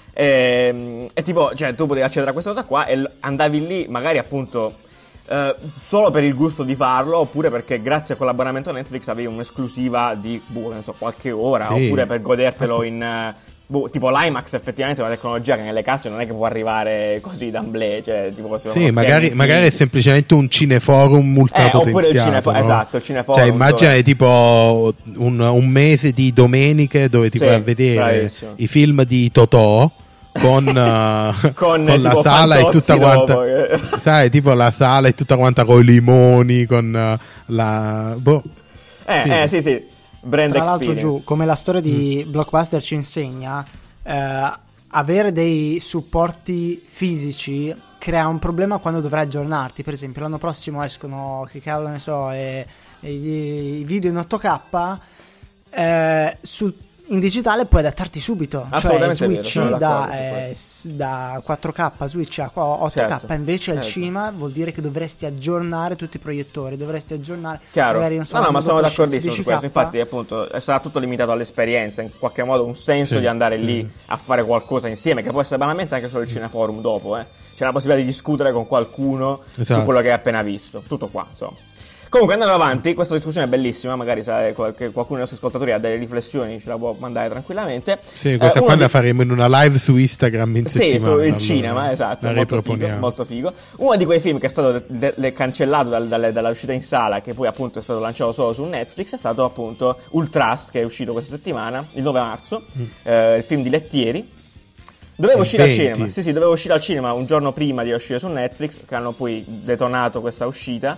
e, e tipo, cioè, tu potevi accedere a questa cosa qua e andavi lì, magari appunto... Uh, solo per il gusto di farlo, oppure perché grazie a quell'abbonamento Netflix avevi un'esclusiva di boh, non so, qualche ora, sì. oppure per godertelo in uh, boh, tipo l'IMAX effettivamente è una tecnologia che nelle casse non è che può arrivare così d'amblè, cioè tipo sì, magari, magari è semplicemente un cineforum ultra eh, potenziato, oppure il cinefo- no? esatto, il cineforum, cioè immagina dove... tipo un, un mese di domeniche dove ti sì, vai a vedere bravissimo. I film di Totò con, uh, con, con la sala e tutta quanta che... sai, tipo la sala e tutta quanta con i limoni, con uh, la boh. eh, sì. eh sì sì brand tra l'altro experience. Giù, come la storia di mm. Blockbuster ci insegna, eh, avere dei supporti fisici crea un problema quando dovrai aggiornarti. Per esempio l'anno prossimo escono, che cavolo ne so, e, e i video in otto K, eh, sul in digitale puoi adattarti subito, cioè switch vero, da, eh, da quattro K switch a otto K, certo, invece certo. al cinema vuol dire che dovresti aggiornare tutti i proiettori, dovresti aggiornare chiaro, magari, non so, no no ma sono d'accordissimo su questo, infatti appunto sarà tutto limitato all'esperienza, in qualche modo un senso sì, di andare sì. lì a fare qualcosa insieme, che può essere banalmente anche solo il cineforum dopo, eh. c'è la possibilità di discutere con qualcuno esatto. su quello che hai appena visto, tutto qua insomma. Comunque andando avanti, questa discussione è bellissima, magari se qualcuno dei nostri ascoltatori ha delle riflessioni ce la può mandare tranquillamente. Sì, questa eh, qua di... la faremo in una live su Instagram in sì, settimana. Sì, sul allora, cinema, esatto, molto figo, molto figo. Uno di quei film che è stato de- de- de- cancellato dal, dalle, dall'uscita in sala, che poi appunto è stato lanciato solo su Netflix, è stato appunto Ultras, che è uscito questa settimana, il nove marzo, mm. eh, il film di Lettieri. Doveva uscire al cinema, sì sì, doveva uscire al cinema un giorno prima di uscire su Netflix, che hanno poi detonato questa uscita.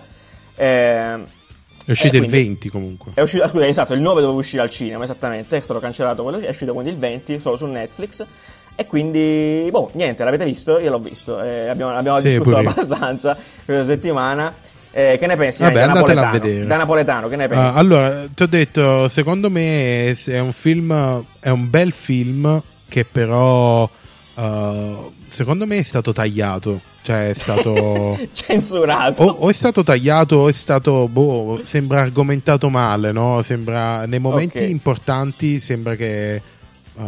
Eh, È uscito eh, il venti comunque. È uscito, scusa, esatto, il nove doveva uscire al cinema, esattamente, è stato cancellato quello, è uscito quindi il venti solo su Netflix. E quindi, boh, niente, l'avete visto? Io l'ho visto, eh, abbiamo, abbiamo sì, discusso abbastanza questa settimana. Eh, che ne pensi? Vabbè, da andatela napoletano, a vedere. Da napoletano, che ne pensi? Uh, allora, ti ho detto, secondo me è un film, è un bel film che però, uh, secondo me è stato tagliato. Cioè è stato censurato o, o è stato tagliato o è stato boh, sembra argomentato male, no? Sembra nei momenti okay. importanti sembra che uh,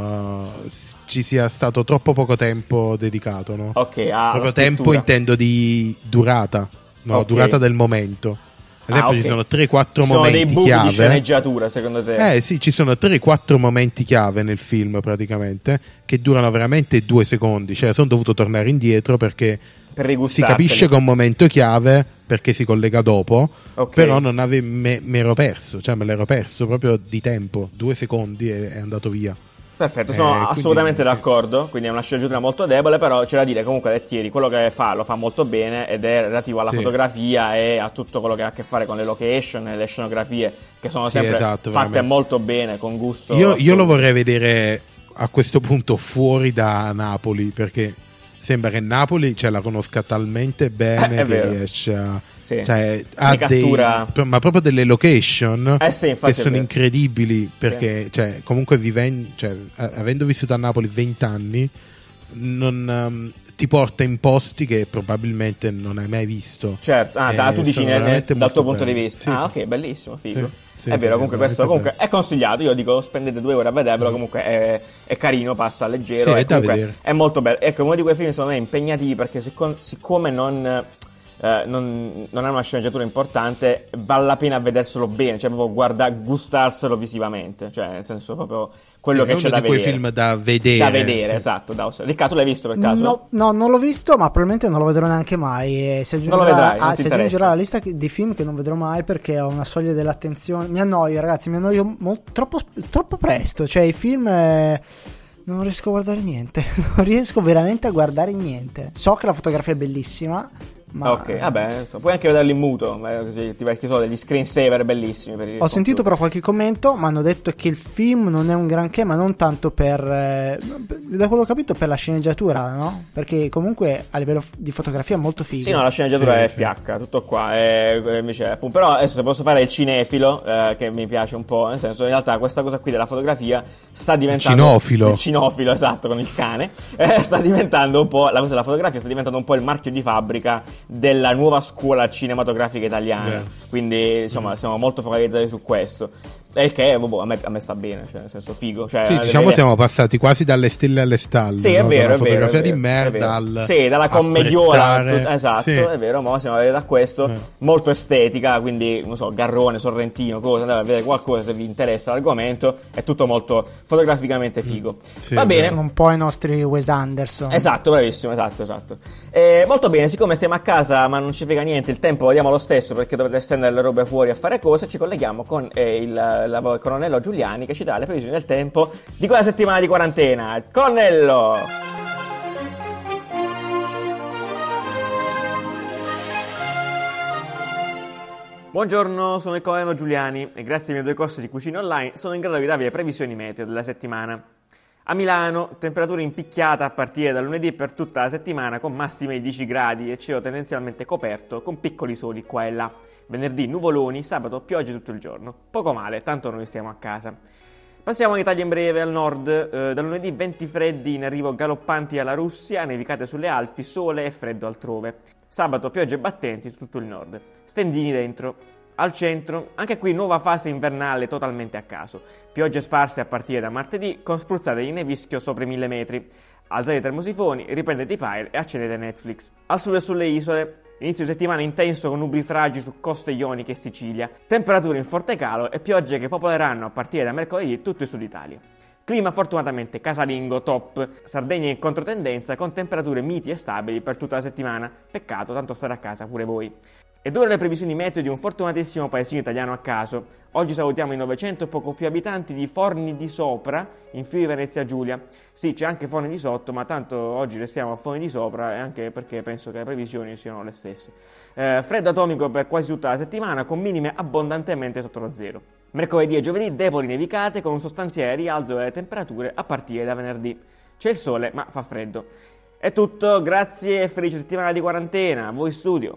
ci sia stato troppo poco tempo dedicato, no? Ok, ah, proprio tempo intendo di durata, no? Okay. Durata del momento. Ad esempio ah, okay. ci sono tre quattro momenti dei buchi chiave. Di sceneggiatura, secondo te? Eh sì, ci sono tre quattro momenti chiave nel film praticamente che durano veramente due secondi, cioè sono dovuto tornare indietro perché per si capisce che è un momento chiave perché si collega dopo, okay. però non ave- me, me ero perso, cioè me l'ero perso proprio di tempo, due secondi e è andato via. Perfetto, sono eh, assolutamente quindi, d'accordo, quindi è una sceneggiatura molto debole, però c'è da dire comunque Lettieri quello che fa lo fa molto bene ed è relativo alla sì. fotografia e a tutto quello che ha a che fare con le location e le scenografie che sono sì, sempre esatto, fatte veramente. molto bene, con gusto. Io, io lo vorrei vedere a questo punto fuori da Napoli, perché sembra che Napoli cioè, la conosca talmente bene eh, che vero. riesce a, sì. cioè, ha dei, ma proprio delle location eh sì, che sono incredibili perché sì. cioè, comunque vivendo, cioè, avendo vissuto a Napoli venti anni non, um, ti porta in posti che probabilmente non hai mai visto. Certo, ah, eh, tu dici nel, dal tuo punto belli. di vista. Sì, ah sì. ok, bellissimo, figo. Sì. Sì, è vero, sì, comunque questo comunque è consigliato, io dico spendete due ore a vedervelo, mm. comunque è, è carino, passa leggero, sì, e comunque è molto bello. Ecco, uno di quei film secondo me impegnativi perché siccome, siccome non, eh, non, non ha una sceneggiatura importante, vale la pena vederselo bene, cioè proprio guarda, gustarselo visivamente, cioè nel senso proprio quello sì, che c'è da vedere. È uno di quei film da vedere. Da vedere, sì. esatto. Da Riccardo, tu l'hai visto per caso? No, no, non l'ho visto, ma probabilmente non lo vedrò neanche mai. E si aggiungerà, non lo vedrai, non ah, si aggiungerà alla lista di film che non vedrò mai perché ho una soglia dell'attenzione. Mi annoio, ragazzi, mi annoio molto, troppo, troppo presto. Cioè, i film... Eh... Non riesco a guardare niente, non riesco veramente a guardare niente. So che la fotografia è bellissima, ma... Ok, vabbè, puoi anche vederlo in muto, così ti che so, degli screensaver bellissimi per il Ho computer. sentito però qualche commento, mi hanno detto che il film non è un granché, ma non tanto per, eh, da quello che ho capito, per la sceneggiatura, no? Perché comunque a livello f- di fotografia è molto figo. Sì, no, la sceneggiatura sì, è sì. fiacca, tutto qua, è, invece, appunto, però adesso se posso fare il cinefilo, eh, che mi piace un po', nel senso, in realtà questa cosa qui della fotografia sta diventando... Il cinofilo. Il cinofilo, esatto, con il cane, eh, sta diventando un po', la cosa della fotografia sta diventando un po' il marchio di fabbrica della nuova scuola cinematografica italiana, yeah. Quindi insomma mm. siamo molto focalizzati su questo. E il che boh, a, me, a me sta bene, cioè nel senso figo, cioè, sì, diciamo vedere... siamo passati quasi dalle stelle alle stalle, sì, è no? vero, Dalla è vero, fotografia è vero, di merda al sì, dalla commediola apprezzare... esatto, sì. È vero, ma siamo arrivati da questo eh. molto estetica, quindi non so, Garrone, Sorrentino, cosa, andate a vedere qualcosa se vi interessa l'argomento, è tutto molto fotograficamente figo. Sì, va bene, sono un po' i nostri Wes Anderson. Esatto, bravissimo, esatto, esatto. Eh, molto bene, siccome siamo a casa ma non ci frega niente, il tempo lo diamo lo stesso perché dovrete stendere le robe fuori a fare cose, ci colleghiamo con eh, il, la, il colonnello Giuliani che ci dà le previsioni del tempo di quella settimana di quarantena. Colonnello! Buongiorno, sono il colonnello Giuliani e grazie ai miei due corsi di cucina online sono in grado di darvi le previsioni meteo della settimana. A Milano, temperatura in picchiata a partire da lunedì per tutta la settimana con massime di dieci gradi e cielo tendenzialmente coperto con piccoli soli qua e là. Venerdì nuvoloni, sabato piogge tutto il giorno. Poco male, tanto noi stiamo a casa. Passiamo in Italia in breve al nord, eh, da lunedì venti freddi in arrivo galoppanti alla Russia, nevicate sulle Alpi, sole e freddo altrove. Sabato piogge battenti su tutto il nord. Stendini dentro. Al centro, anche qui nuova fase invernale totalmente a caso. Piogge sparse a partire da martedì con spruzzate di nevischio sopra i mille metri. Alzate i termosifoni, riprendete i pile e accendete Netflix. Al sud e sulle isole, inizio di settimana intenso con nubifragi su coste ioniche e Sicilia, temperature in forte calo e piogge che popoleranno a partire da mercoledì tutto il sud Italia. Clima fortunatamente casalingo, top, Sardegna in controtendenza con temperature miti e stabili per tutta la settimana, peccato tanto stare a casa pure voi. Ed ora le previsioni meteo di un fortunatissimo paesino italiano a caso. Oggi salutiamo i novecento e poco più abitanti di Forni di Sopra, in Friuli Venezia Giulia. Sì, c'è anche Forni di Sotto, ma tanto oggi restiamo a Forni di Sopra, e anche perché penso che le previsioni siano le stesse. Eh, freddo atomico per quasi tutta la settimana, con minime abbondantemente sotto lo zero. Mercoledì e giovedì deboli nevicate con un sostanziale rialzo delle temperature a partire da venerdì. C'è il sole, ma fa freddo. È tutto, grazie e felice settimana di quarantena. A voi studio.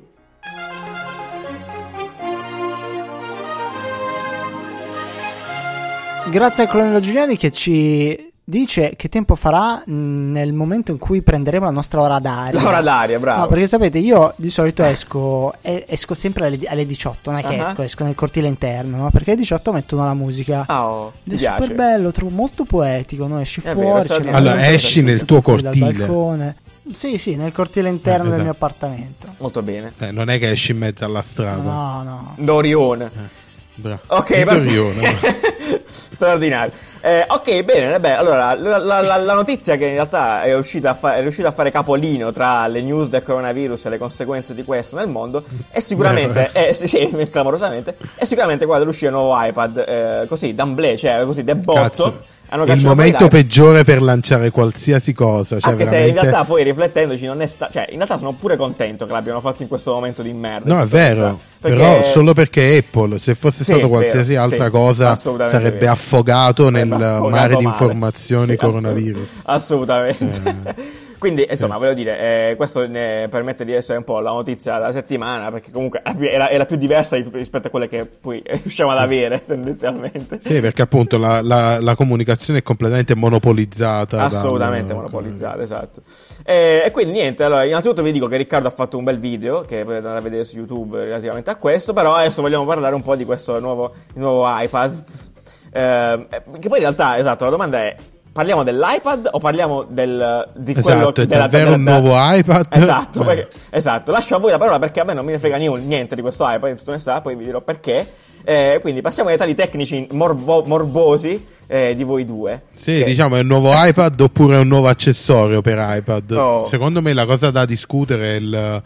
Grazie al colonnello Giuliani che ci dice che tempo farà nel momento in cui prenderemo la nostra ora d'aria. L'ora d'aria, bravo. No, perché sapete, io di solito esco esco sempre alle, alle diciotto, non è che uh-huh. esco, esco nel cortile interno, no? Perché alle diciotto mettono la musica. Oh, è piace. Super bello, trovo molto poetico, no? Esci è fuori, vero, allora esci nel tuo cortile. Dal balcone. Sì, sì, nel cortile interno eh, esatto. del mio appartamento. Molto bene. Eh, non è che esci in mezzo alla strada. No, no. Dorione. Eh. Bra. Ok, straordinario. Eh, ok, bene, vabbè, allora la, la, la, la notizia che in realtà è riuscita, a fa- è riuscita a fare capolino tra le news del coronavirus e le conseguenze di questo nel mondo è sicuramente, è, sì, sì, clamorosamente, è sicuramente quella dell'uscita del nuovo iPad, eh, così, d'amblè, cioè così, de botto. Cazzo. Il momento peggiore per lanciare qualsiasi cosa, cioè anche veramente... se in realtà poi riflettendoci non è sta... cioè in realtà sono pure contento che l'abbiano fatto in questo momento di merda. No, è vero, perché... però solo perché Apple, se fosse sì, stato qualsiasi vero, altra sì, cosa sarebbe vero. affogato nel affogato mare di informazioni sì, coronavirus. Assolutamente. Eh. Quindi, insomma, voglio dire, eh, questo ne permette di essere un po' la notizia della settimana, perché comunque è la, è la più diversa rispetto a quelle che poi riusciamo ad sì. avere, tendenzialmente. Sì, perché appunto la, la, la comunicazione è completamente monopolizzata. Assolutamente dal... monopolizzata, esatto. E, e quindi niente, allora, innanzitutto vi dico che Riccardo ha fatto un bel video, che potete andare a vedere su YouTube relativamente a questo, però adesso vogliamo parlare un po' di questo nuovo, nuovo iPad, eh, che poi in realtà, esatto, la domanda è: parliamo dell'iPad o parliamo del, di esatto, quello è della, davvero della, un nuovo iPad? Esatto, eh. perché, esatto, lascio a voi la parola perché a me non mi ne frega niente di questo iPad, in tutta onestà, poi vi dirò perché. Eh, quindi passiamo ai dettagli tecnici morbo- morbosi eh, di voi due. Sì, che... diciamo è un nuovo iPad oppure un nuovo accessorio per iPad. Oh. Secondo me la cosa da discutere è il,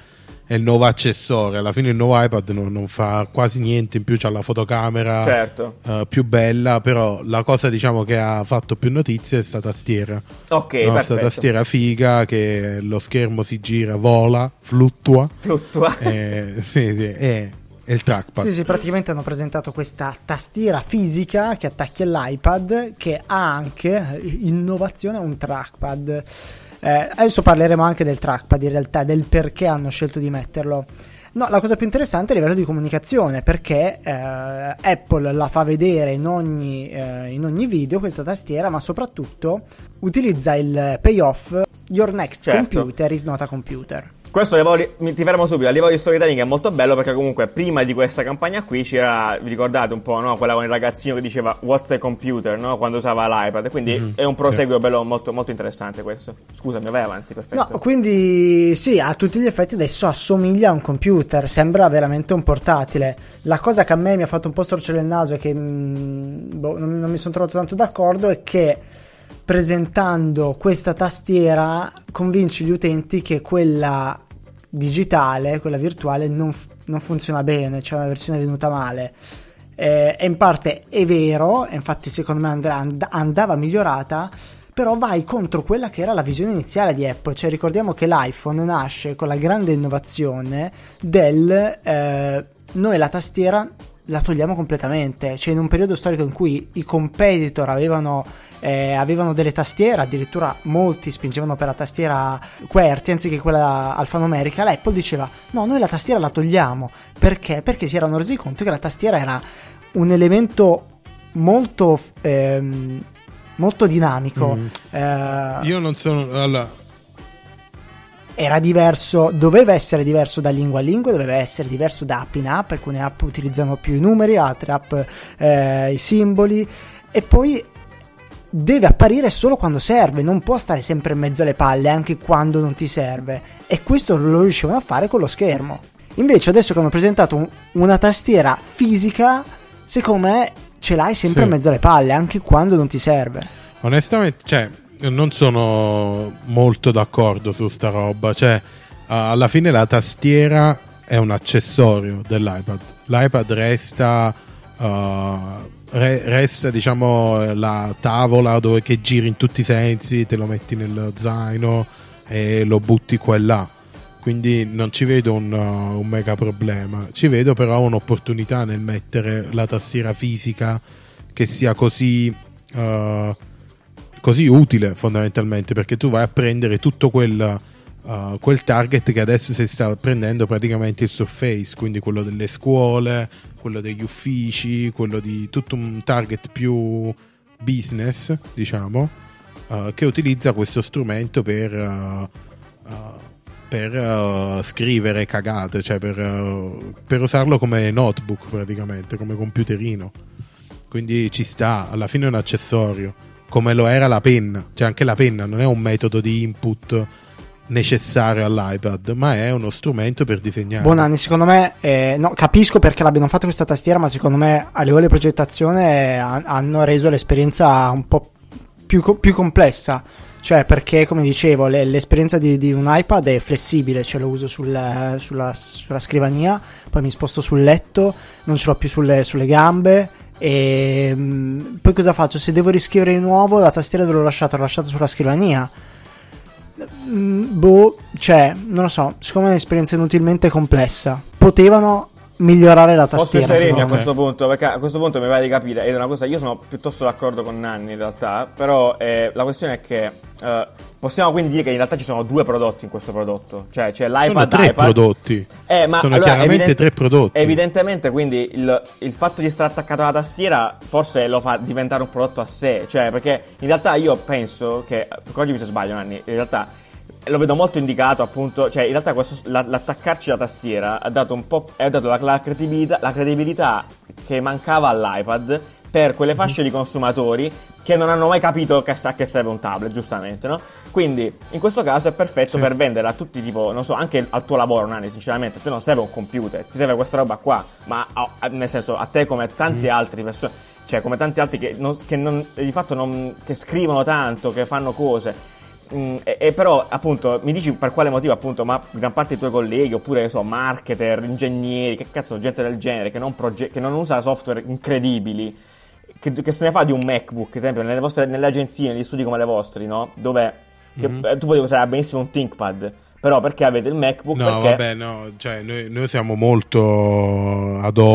è il nuovo accessorio. Alla fine il nuovo iPad non, non fa quasi niente in più, c'ha la fotocamera certo. uh, più bella, però la cosa diciamo che ha fatto più notizia è stata tastiera. Ok, no, perfetto. Sta tastiera figa che lo schermo si gira, vola, fluttua. Fluttua. Eh, sì, sì, è, è il trackpad. Sì, sì, praticamente hanno presentato questa tastiera fisica che attacchi all'iPad, che ha anche innovazione a un trackpad. Eh, adesso parleremo anche del trackpad, in realtà, del perché hanno scelto di metterlo. No, la cosa più interessante è a livello di comunicazione, perché eh, Apple la fa vedere in ogni, eh, in ogni video questa tastiera, ma soprattutto utilizza il payoff Your next certo. computer is not a computer. Questo ti fermo subito, a livello di storytelling è molto bello, perché comunque prima di questa campagna qui c'era, vi ricordate un po', no? Quella con il ragazzino che diceva what's a computer, no? Quando usava l'iPad, quindi mm-hmm. è un proseguio sì. bello, molto, molto interessante questo. Scusami, vai avanti, perfetto. No, quindi sì, a tutti gli effetti adesso assomiglia a un computer, sembra veramente un portatile. La cosa che a me mi ha fatto un po' storcere il naso e che mh, boh, non, non mi sono trovato tanto d'accordo è che presentando questa tastiera convinci gli utenti che quella digitale, quella virtuale non, non funziona bene, c'è una versione venuta male, eh, e in parte è vero, infatti secondo me andrà, and- andava migliorata, però vai contro quella che era la visione iniziale di Apple. Cioè ricordiamo che l'iPhone nasce con la grande innovazione del eh, noi la tastiera la togliamo completamente, cioè in un periodo storico in cui i competitor avevano eh, avevano delle tastiere, addirittura molti spingevano per la tastiera QWERTY anziché quella alfanumerica, l'Apple diceva no, noi la tastiera la togliamo. Perché? Perché si erano resi conto che la tastiera era un elemento molto ehm, molto dinamico. Mm. eh, io non sono allora era diverso, doveva essere diverso da lingua a lingua, doveva essere diverso da app in app. Alcune app utilizzano più i numeri, altre app eh, i simboli, e poi deve apparire solo quando serve, non può stare sempre in mezzo alle palle anche quando non ti serve, e questo lo riuscivano a fare con lo schermo. Invece adesso che hanno presentato un, una tastiera fisica, secondo me ce l'hai sempre sì. in mezzo alle palle anche quando non ti serve. Onestamente, cioè non sono molto d'accordo su sta roba, cioè alla fine la tastiera è un accessorio dell'iPad. L'iPad resta uh, re, resta diciamo la tavola dove che giri in tutti i sensi, te lo metti nello zaino e lo butti qua e là, quindi non ci vedo un, uh, un mega problema. Ci vedo però un'opportunità nel mettere la tastiera fisica che sia così uh, così utile fondamentalmente, perché tu vai a prendere tutto quel, uh, quel target che adesso si sta prendendo praticamente il Surface, quindi quello delle scuole, quello degli uffici, quello di tutto un target più business, diciamo, uh, che utilizza questo strumento per uh, uh, per uh, scrivere cagate, cioè per, uh, per usarlo come notebook praticamente, come computerino. Quindi ci sta, alla fine è un accessorio, come lo era la penna. Cioè anche la penna non è un metodo di input necessario all'iPad, ma è uno strumento per disegnare. Bonanni, secondo me eh, no, capisco perché l'abbiano fatto questa tastiera, ma secondo me a livello di progettazione eh, hanno reso l'esperienza un po' più, più complessa. Cioè perché, come dicevo, le, l'esperienza di, di un iPad è flessibile, cioè lo uso sul, sulla, sulla scrivania, poi mi sposto sul letto, non ce l'ho più sulle, sulle gambe. E mh, poi cosa faccio? Se devo riscrivere di nuovo, la tastiera dove l'ho lasciata, l'ho lasciata sulla scrivania. Mm, boh, cioè, non lo so, secondo me è un'esperienza inutilmente complessa. Potevano migliorare la tastiera. Posso sereni a questo punto, perché a questo punto mi pare di capire, ed è una cosa, io sono piuttosto d'accordo con Nanni in realtà, però eh, la questione è che eh, possiamo quindi dire che in realtà ci sono due prodotti in questo prodotto, cioè c'è l'iPad, sono tre iPad. prodotti eh, ma sono allora, chiaramente evidente, tre prodotti evidentemente, quindi il, il fatto di essere attaccato alla tastiera forse lo fa diventare un prodotto a sé, cioè perché in realtà io penso che, correggimi se sbaglio Nanni, in realtà lo vedo molto indicato appunto, cioè in realtà questo, la, l'attaccarci la tastiera ha dato un po', ha dato la, la credibilità la credibilità che mancava all'iPad per quelle fasce di consumatori che non hanno mai capito che, a che serve un tablet, giustamente, no? Quindi in questo caso è perfetto sì. per vendere a tutti, tipo, non so, anche al tuo lavoro, Nani, sinceramente a te non serve un computer, ti serve questa roba qua, ma a, a, nel senso a te come tanti mm. altri persone, cioè come tanti altri che, non, che non, di fatto non, che scrivono tanto, che fanno cose, mh, e, e però appunto mi dici per quale motivo appunto, ma gran parte dei tuoi colleghi oppure so marketer, ingegneri, che cazzo, gente del genere che non, proge- che non usa software incredibili, che, che se ne fa di un MacBook, ad esempio nelle vostre, nelle agenzie, negli studi come le vostre, no? Dove mm-hmm. che, tu potevi usare benissimo un ThinkPad, però perché avete il MacBook? No, perché... vabbè, no, cioè noi, noi siamo molto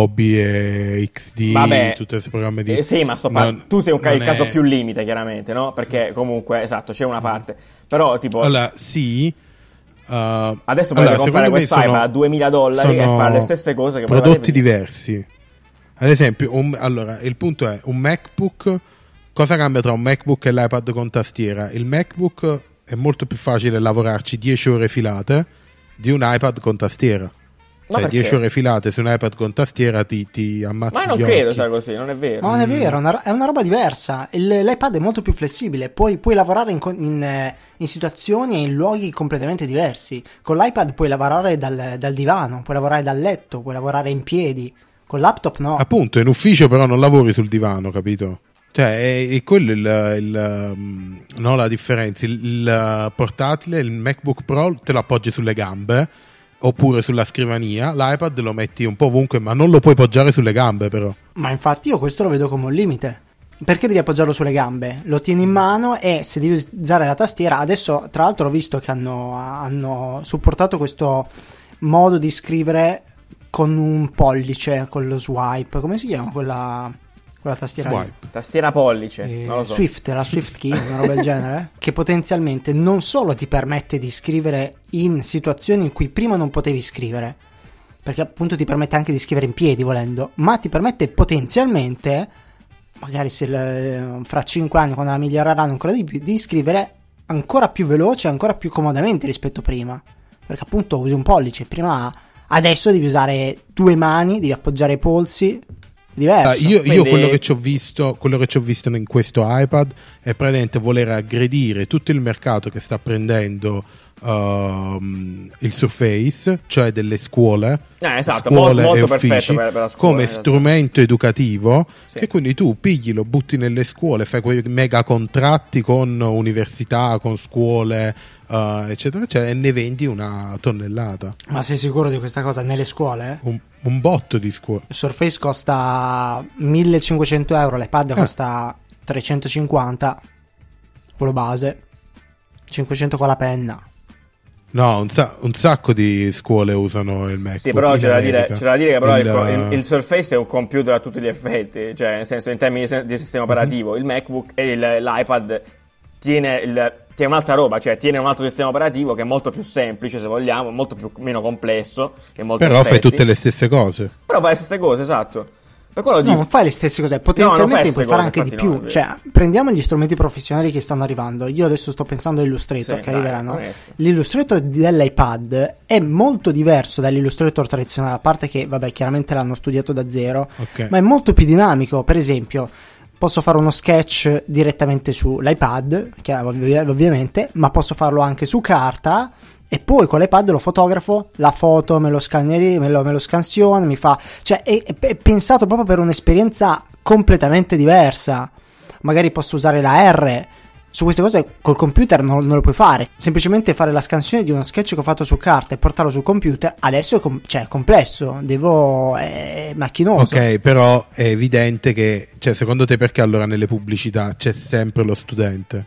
Adobe e X D, vabbè, tutti questi programmi di... Eh, sì, ma sto par- tu sei un ca- il è... caso più limite, chiaramente, no? Perché comunque, esatto, c'è una parte. Però, tipo... Allora, sì... Uh, adesso potete allora, comprare questo iPad a duemila dollari e fare le stesse cose che prodotti diversi. Ad esempio, un, allora, il punto è, un MacBook... Cosa cambia tra un MacBook e l'iPad con tastiera? Il MacBook... è molto più facile lavorarci dieci ore filate di un iPad con tastiera. Ma cioè dieci ore filate su un iPad con tastiera ti, ti ammazzi. Ma non gli credo occhi. sia così, non è vero. Ma non è vero, mm. è una roba diversa. Il, L'iPad è molto più flessibile, puoi, puoi lavorare in, in, in situazioni e in luoghi completamente diversi. Con l'iPad puoi lavorare dal, dal divano, puoi lavorare dal letto, puoi lavorare in piedi. Con laptop no. Appunto, in ufficio però non lavori sul divano, capito? Cioè, è, è quello il, il, no, la differenza. Il, il portatile, il MacBook Pro te lo appoggi sulle gambe oppure sulla scrivania, l'iPad lo metti un po' ovunque, ma non lo puoi poggiare sulle gambe però. Ma infatti io questo lo vedo come un limite. Perché devi appoggiarlo sulle gambe? Lo tieni in mano e se devi usare la tastiera, adesso tra l'altro ho visto che hanno, hanno supportato questo modo di scrivere con un pollice, con lo swipe, come si chiama quella... quella tastiera Swipe. Tastiera pollice, eh, non lo so. Swift, la Swift Key, una roba del genere, che potenzialmente non solo ti permette di scrivere in situazioni in cui prima non potevi scrivere, perché appunto ti permette anche di scrivere in piedi volendo, ma ti permette potenzialmente, magari se le, fra cinque anni quando la miglioreranno ancora di più, di scrivere ancora più veloce, ancora più comodamente rispetto a prima, perché appunto usi un pollice, prima adesso devi usare due mani, devi appoggiare i polsi. Diverso. Uh, io, Quindi... io quello che ci ho visto quello che ci ho visto in questo iPad è praticamente voler aggredire tutto il mercato che sta prendendo uh, il Surface, cioè delle scuole, eh, esatto, scuole molto, molto e uffici per, per la scuola, come esatto. strumento educativo, sì. che quindi tu pigli, lo butti nelle scuole, fai quei mega contratti con università, con scuole, uh, eccetera eccetera, e ne vendi una tonnellata. Ma sei sicuro di questa cosa? Nelle scuole? Un, un botto di scuole. Il Surface costa millecinquecento euro, l'iPad eh. costa trecentocinquanta, quello base, cinquecento con la penna. No, un, sa- un sacco di scuole usano il MacBook. Sì, però c'è da, dire, c'è da dire che però il, il, il, il Surface è un computer a tutti gli effetti, cioè nel senso in termini di sistema operativo. Mm-hmm. Il MacBook e il, l'iPad tiene, il, tiene un'altra roba, cioè tiene un altro sistema operativo che è molto più semplice, se vogliamo, molto più, meno complesso. Però aspetti. Fai tutte le stesse cose. Però fai le stesse cose, esatto. Per quello no, dico. non fai le stesse cose, potenzialmente no, puoi fare anche di più. No, cioè, prendiamo gli strumenti professionali che stanno arrivando. Io adesso sto pensando all'Illustrator, sì, che dai, arriveranno. onesto. L'Illustrator dell'iPad è molto diverso dall'Illustrator tradizionale, a parte che, vabbè, chiaramente l'hanno studiato da zero, okay. Ma è molto più dinamico. Per esempio, posso fare uno sketch direttamente sull'iPad, che ovvi- ovviamente, ma posso farlo anche su carta. E poi con l'iPad lo fotografo, la foto me lo scanneri, me lo, me lo scansiona, mi fa, cioè è, è pensato proprio per un'esperienza completamente diversa. Magari posso usare la R. Su queste cose col computer non, non lo puoi fare. Semplicemente fare la scansione di uno sketch che ho fatto su carta e portarlo sul computer adesso è, com- cioè, è complesso, devo è macchinoso. Ok, però è evidente che, cioè, secondo te perché allora nelle pubblicità c'è sempre lo studente?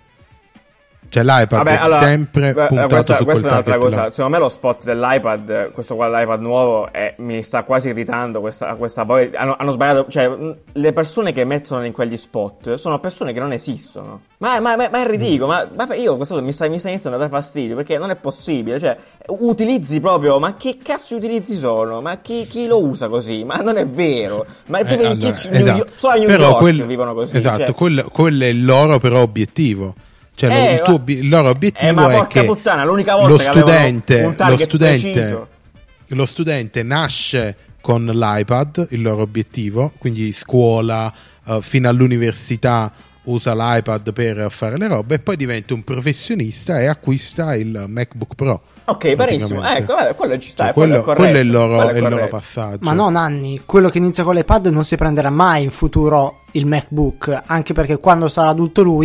Cioè l'iPad Vabbè, è allora, sempre beh, puntato questa, su quel questa è un'altra cosa. là. Secondo me lo spot dell'iPad, questo qua l'iPad nuovo, è, mi sta quasi irritando questa, questa poi hanno, hanno sbagliato, cioè le persone che mettono in quegli spot sono persone che non esistono. Ma, ma, ma, ma è ridicolo, mm. ma, ma io questo mi sta, mi sta iniziando a dare fastidio, perché non è possibile, cioè utilizzi proprio, ma che cazzo di utilizzi sono? Ma chi, chi lo usa così? Ma non è vero. Ma tu eh, vedi allora, chi, esatto. New, solo a New però York quel, vivono così. Esatto, cioè. quello, quello è il loro però obiettivo. Cioè eh, il, tuo, il loro obiettivo eh, è che puttana, l'unica volta lo, che studente, un lo, studente, preciso. lo studente nasce con l'iPad, il loro obiettivo, quindi scuola uh, fino all'università usa l'iPad per fare le robe e poi diventa un professionista e acquista il MacBook Pro. Ok, benissimo, ecco, vabbè, quello ci sta, cioè, quello, quello, quello è il loro, quello è il loro passaggio. Ma no, Nanni, quello che inizia con l'iPad non si prenderà mai in futuro il MacBook, anche perché quando sarà adulto lui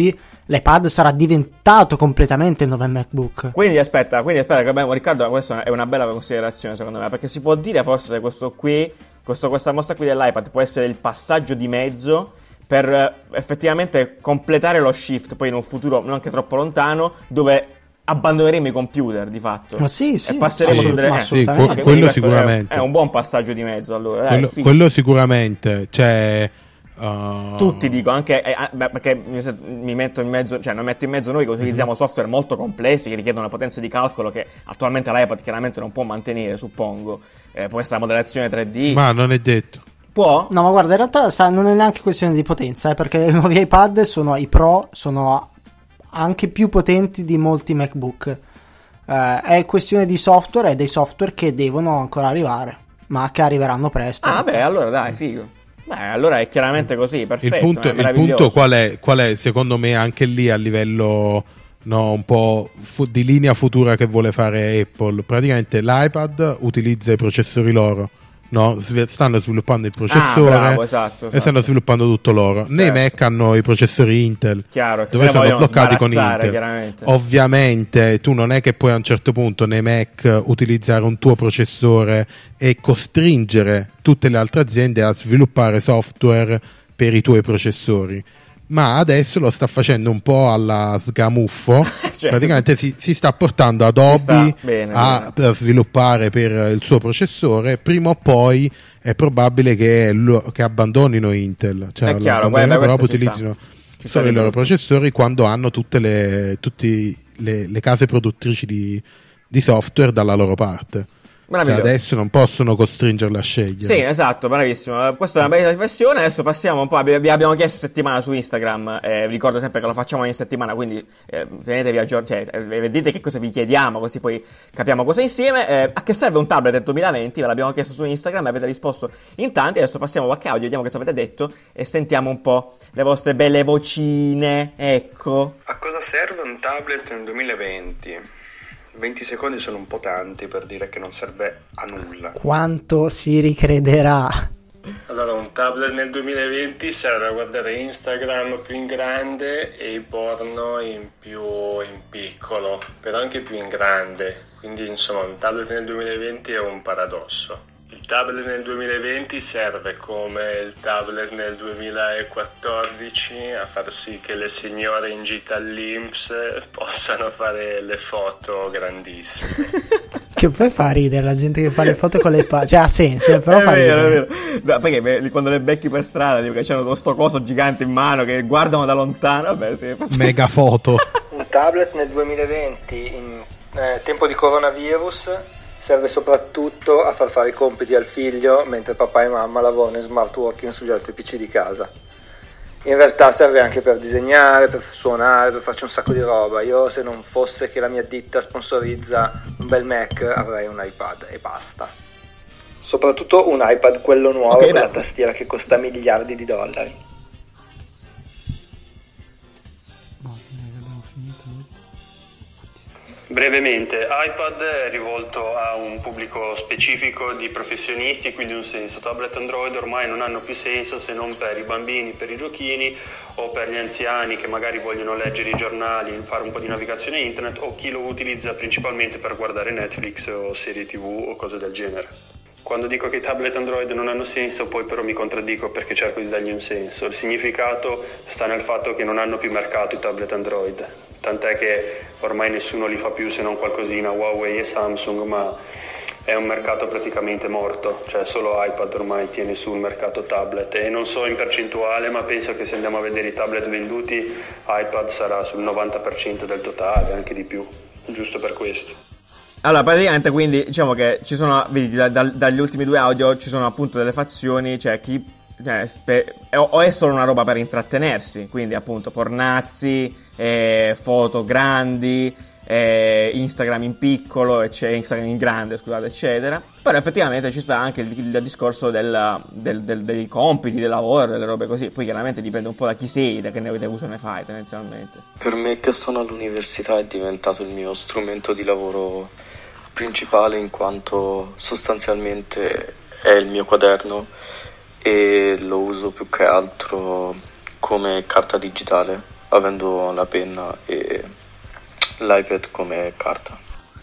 L'iPad sarà diventato completamente il nuovo MacBook. Quindi aspetta, quindi aspetta che abbiamo, Riccardo, questa è una bella considerazione secondo me, perché si può dire forse che questo qui, questo, questa mossa qui dell'iPad può essere il passaggio di mezzo per eh, effettivamente completare lo shift poi in un futuro non anche troppo lontano, dove abbandoneremo i computer di fatto. Ma sì, sì, e passeremo sì, su delle... ma eh, sì, assolutamente. que- quello sicuramente è, è un buon passaggio di mezzo, allora dai, quello, quello sicuramente, cioè uh... tutti dico anche eh, perché mi, mi metto in mezzo, cioè non metto in mezzo noi che utilizziamo mm-hmm. software molto complessi che richiedono una potenza di calcolo che attualmente l'iPad chiaramente non può mantenere, suppongo. Eh, può essere la modellazione tre D, ma non è detto. Può? No, ma guarda, in realtà sa, non è neanche questione di potenza, eh, perché i nuovi iPad sono i Pro, sono anche più potenti di molti MacBook. Uh, è questione di software e dei software che devono ancora arrivare, ma che arriveranno presto. Ah, beh, allora dai, figo. Beh, allora è chiaramente così, perfetto. Il punto, il punto qual è? Qual è? Secondo me anche lì a livello no, un po' fu- di linea futura che vuole fare Apple. Praticamente l'iPad utilizza i processori loro. No, stanno sviluppando il processore ah, bravo, esatto, esatto. e stanno sviluppando tutto loro. Certo. Nei Mac hanno i processori Intel, chiaro, dove sono bloccati con Intel. Ovviamente tu non è che puoi a un certo punto nei Mac utilizzare un tuo processore e costringere tutte le altre aziende a sviluppare software per i tuoi processori. Ma adesso lo sta facendo un po' alla sgamuffo. Certo. Praticamente si, si sta portando Adobe sta bene, a, bene. a sviluppare per il suo processore. Prima o poi è probabile che, lo, che abbandonino Intel, cioè è chiaro, guarda, però utilizzino solo i loro processori quando hanno tutte le, tutte le, le case produttrici di, di software dalla loro parte. Cioè adesso non possono costringerla a scegliere. Sì, esatto, bravissimo. Questa è una bella riflessione. Adesso passiamo un po'. Vi abbiamo chiesto settimana su Instagram. Eh, vi ricordo sempre che lo facciamo ogni settimana. Quindi eh, tenetevi aggiornati. Cioè, eh, vedete che cosa vi chiediamo, così poi capiamo cosa insieme. Eh, a che serve un tablet del duemilaventi? Ve l'abbiamo chiesto su Instagram. Avete risposto in tanti. Adesso passiamo a audio, vediamo cosa avete detto e sentiamo un po' le vostre belle vocine. Ecco. A cosa serve un tablet nel duemilaventi? venti secondi sono un po' tanti per dire che non serve a nulla. Quanto si ricrederà? Allora, un tablet nel duemilaventi serve a guardare Instagram più in grande e il porno in più in piccolo, però anche più in grande. Quindi, insomma, un tablet nel duemilaventi è un paradosso. Il tablet nel duemilaventi serve come il tablet nel duemilaquattordici a far sì che le signore in gita all'I N P S possano fare le foto grandissime. Che poi fa ridere la gente che fa le foto con le pa- cioè ha senso, però è fa vero, ridere. È vero. No, perché quando le becchi per strada dico che c'hanno questo coso gigante in mano che guardano da lontano, vabbè, sì, faccio... mega foto. Un tablet nel duemilaventi in eh, tempo di coronavirus serve soprattutto a far fare i compiti al figlio mentre papà e mamma lavorano in smart working sugli altri P C di casa. In realtà serve anche per disegnare, per suonare, per farci un sacco di roba. Io, se non fosse che la mia ditta sponsorizza un bel Mac, avrei un iPad e basta. Soprattutto un iPad, quello nuovo, okay, con la tastiera che costa miliardi di dollari. Brevemente, iPad è rivolto a un pubblico specifico di professionisti, quindi un senso. Tablet Android ormai non hanno più senso se non per i bambini, per i giochini, o per gli anziani che magari vogliono leggere i giornali, fare un po' di navigazione internet, o chi lo utilizza principalmente per guardare Netflix o serie tv o cose del genere. Quando dico che i tablet Android non hanno senso, poi però mi contraddico perché cerco di dargli un senso. Il significato sta nel fatto che non hanno più mercato i tablet Android, tant'è che ormai nessuno li fa più se non qualcosina, Huawei e Samsung, ma è un mercato praticamente morto, cioè solo iPad ormai tiene sul mercato tablet, e non so in percentuale, ma penso che se andiamo a vedere i tablet venduti, iPad sarà sul novanta per cento del totale, anche di più, giusto per questo. Allora, praticamente, quindi, diciamo che ci sono, vedi, da, da, dagli ultimi due audio ci sono appunto delle fazioni, cioè chi, cioè, spe, o è solo una roba per intrattenersi, quindi appunto pornazzi, eh, foto grandi, eh, Instagram in piccolo, eccetera, Instagram in grande, scusate, eccetera. Però effettivamente ci sta anche il, il discorso del, del, del, dei compiti, del lavoro, delle robe così. Poi chiaramente dipende un po' da chi sei, da che ne uso ne fai tendenzialmente. Per me che sono all'università è diventato il mio strumento di lavoro principale, in quanto sostanzialmente è il mio quaderno e lo uso più che altro come carta digitale, avendo la penna e l'iPad come carta.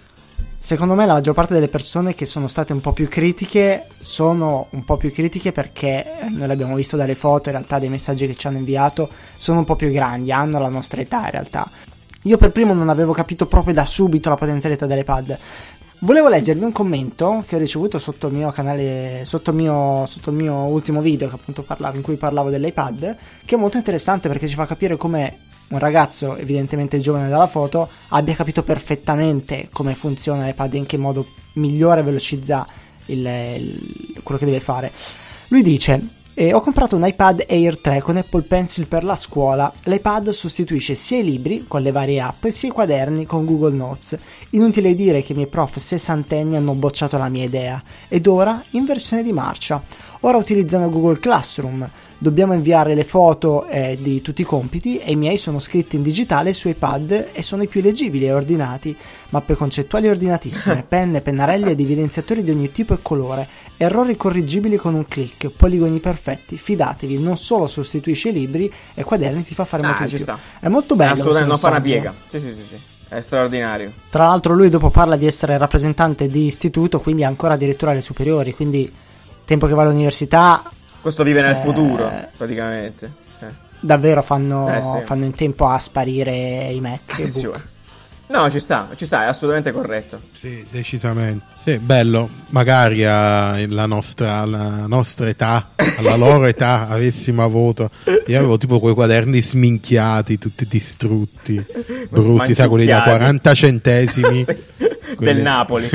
Secondo me la maggior parte delle persone che sono state un po' più critiche sono un po' più critiche perché noi l'abbiamo visto dalle foto, in realtà dei messaggi che ci hanno inviato sono un po' più grandi, hanno la nostra età in realtà. Io per primo non avevo capito proprio da subito la potenzialità dell'iPad. Volevo leggervi un commento che ho ricevuto sotto il mio canale, sotto il mio, sotto il mio ultimo video che appunto parlavo, in cui parlavo dell'iPad, che è molto interessante perché ci fa capire come un ragazzo, evidentemente giovane dalla foto, abbia capito perfettamente come funziona l'iPad e in che modo migliore velocizza il, il, quello che deve fare. Lui dice: eh, ho comprato un iPad Air tre con Apple Pencil per la scuola. L'iPad sostituisce sia i libri con le varie app sia i quaderni con Google Notes. Inutile dire che i miei prof sessantenni hanno bocciato la mia idea ed ora in versione di marcia. Ora utilizzano Google Classroom. Dobbiamo inviare le foto eh, di tutti i compiti e i miei sono scritti in digitale su iPad e sono i più leggibili e ordinati. Mappe concettuali ordinatissime, penne, pennarelli ed evidenziatori di ogni tipo e colore, errori correggibili con un click, poligoni perfetti. Fidatevi, non solo sostituisce i libri e quaderni, ti fa fare ah, molto di più. Sta. È molto bello. Assolutamente, non fa una piega. Sì, sì, sì, sì. È straordinario. Tra l'altro lui dopo parla di essere rappresentante di istituto, quindi ancora addirittura alle superiori, quindi tempo che va all'università. Questo vive nel eh, futuro, praticamente. Eh. Davvero fanno, eh, sì. fanno in tempo a sparire i Mac. Attenzione. No, ci sta, ci sta, è assolutamente corretto. Sì, decisamente. Sì, bello. Magari alla nostra, alla nostra età, alla loro età, avessimo avuto. Io avevo tipo quei quaderni sminchiati, tutti distrutti, brutti, sai, quelli da quaranta centesimi. Sì. Quelli... Del Napoli.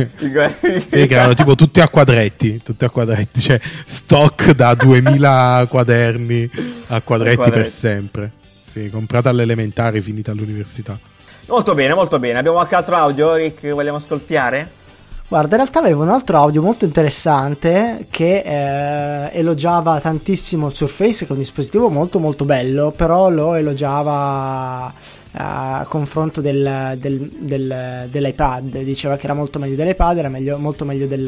Sì, che erano tipo tutti a quadretti, tutti a quadretti, cioè stock da duemila quaderni a quadretti, quadretti per sempre. Sì, comprata alle elementari, finita all'università. Molto bene, molto bene. Abbiamo qualche altro audio, Rick, che vogliamo ascoltare? Guarda, in realtà avevo un altro audio molto interessante che eh, elogiava tantissimo il Surface, che è un dispositivo molto molto bello, però lo elogiava eh, a confronto del, del, del, dell'iPad. Diceva che era molto meglio dell'iPad, era meglio, molto meglio del,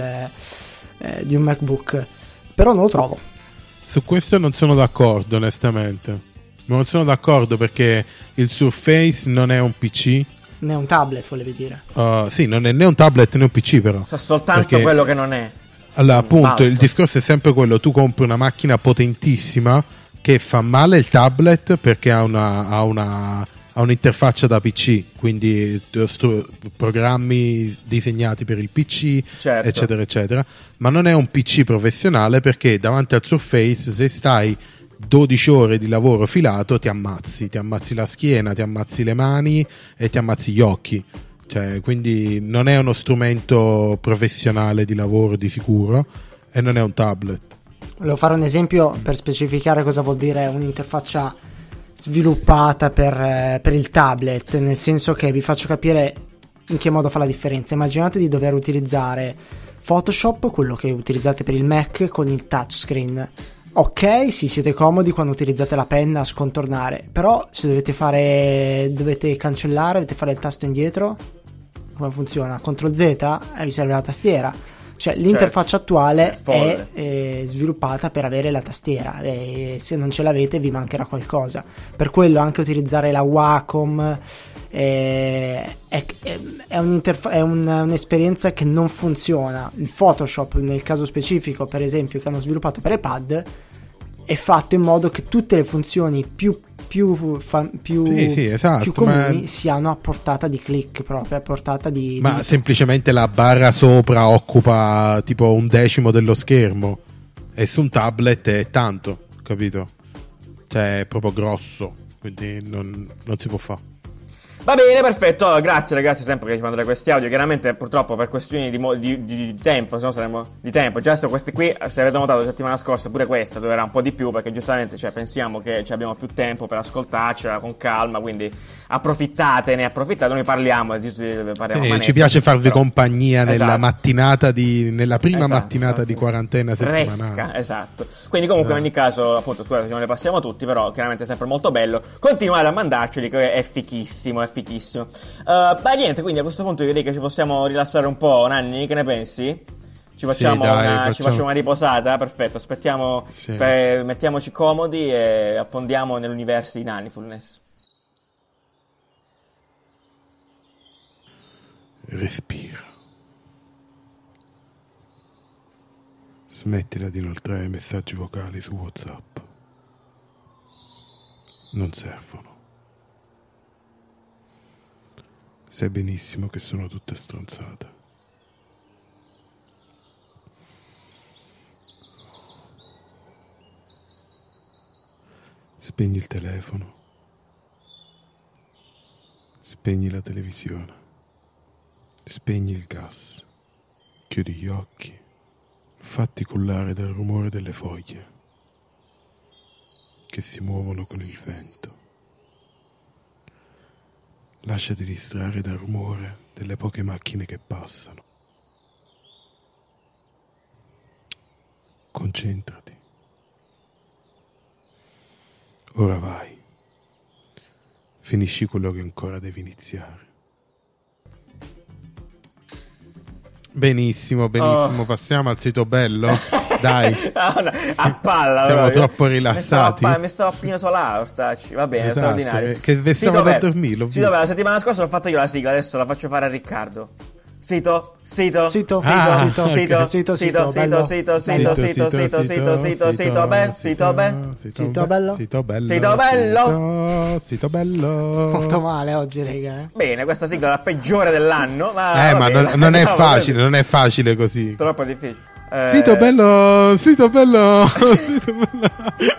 eh, di un MacBook, però non lo trovo. Su questo non sono d'accordo, onestamente. Non sono d'accordo perché il Surface non è un P C. Ne è un tablet, volevi dire? Uh, sì, non è né un tablet né un P C, però. Fa soltanto perché, quello che non è. Allora, appunto, il discorso è sempre quello: tu compri una macchina potentissima che fa male il tablet perché ha una, ha una, ha un'interfaccia da P C, quindi stru- programmi disegnati per il P C, certo, eccetera, eccetera. Ma non è un P C professionale perché davanti al Surface, se stai dodici ore di lavoro filato, ti ammazzi, ti ammazzi la schiena, ti ammazzi le mani e ti ammazzi gli occhi. Cioè, quindi non è uno strumento professionale di lavoro di sicuro e non è un tablet. Volevo fare un esempio per specificare cosa vuol dire un'interfaccia sviluppata per, per il tablet, nel senso che vi faccio capire in che modo fa la differenza. Immaginate di dover utilizzare Photoshop, quello che utilizzate per il Mac, con il touchscreen. Ok, sì, siete comodi quando utilizzate la penna a scontornare, però se dovete fare, dovete cancellare, dovete fare il tasto indietro, come funziona? control Z e vi serve la tastiera. Cioè l'interfaccia certo, attuale è, è sviluppata per avere la tastiera e se non ce l'avete vi mancherà qualcosa. Per quello anche utilizzare la Wacom è, è, è, un'interfa- è un, un'esperienza che non funziona. Il Photoshop nel caso specifico, per esempio, che hanno sviluppato per iPad, è fatto in modo che tutte le funzioni più più, fa, più, sì, sì, esatto, più comuni ma... siano a portata di click, proprio a portata di... Ma di... semplicemente la barra sopra occupa tipo un decimo dello schermo e su un tablet è tanto, capito? Cioè è proprio grosso, quindi non, non si può fare. Va bene, perfetto. Allora, grazie ragazzi sempre che ci mandate questi audio. Chiaramente purtroppo per questioni di, mo- di, di, di tempo, se no saremo di tempo. Già se questi qui, se avete notato la settimana scorsa, pure questa durerà un po' di più perché giustamente cioè, pensiamo che ci abbiamo più tempo per ascoltarcela con calma, quindi approfittatene, approfittate, noi parliamo, di, di, parliamo eh, manette, ci piace farvi però. compagnia nella esatto. mattinata di nella prima esatto, mattinata esatto. di quarantena settimanale. Fresca, esatto. Quindi comunque eh. in ogni caso, appunto, scusate se non le passiamo tutti, però chiaramente è sempre molto bello. Continuate a mandarceli che è fichissimo, è fichissimo. Uh, beh niente, quindi a questo punto io direi che ci possiamo rilassare un po', Nanni, che ne pensi? Ci facciamo, sì, dai, una, facciamo... ci facciamo una riposata? Perfetto, aspettiamo, sì. per, mettiamoci comodi e affondiamo nell'universo di Nannyfulness. Respira. Smettila di inoltrare messaggi vocali su WhatsApp. Non servono. Sai benissimo che sono tutte stronzate. Spegni il telefono. Spegni la televisione. Spegni il gas. Chiudi gli occhi. Fatti cullare dal rumore delle foglie che si muovono con il vento. Lasciati distrarre dal rumore delle poche macchine che passano. Concentrati. Ora vai. Finisci quello che ancora devi iniziare. Benissimo, benissimo. Oh. Passiamo al sito bello. Dai. A palla. Siamo proprio. Troppo rilassati. Mi stavo a Pino Solaro, Stacci. Va bene, esatto, straordinario. Che, che vestiamo da dormire. Sì, dove la settimana scorsa l'ho fatta io la sigla, adesso la faccio fare a Riccardo. Sito, sito, sito, sito, sito, sito, sito, sito, sito, sito, sito, sito, sito, sito, sito, sito, bello, sito, bello, sito bello, sito bello, sito bello, sito bello. Molto male oggi, raga. Bene, questa sigla è la peggiore dell'anno, ma eh, ma non, non è facile, non è facile così. Troppo difficile. Eh... Sito bello, sito bello, sito bello.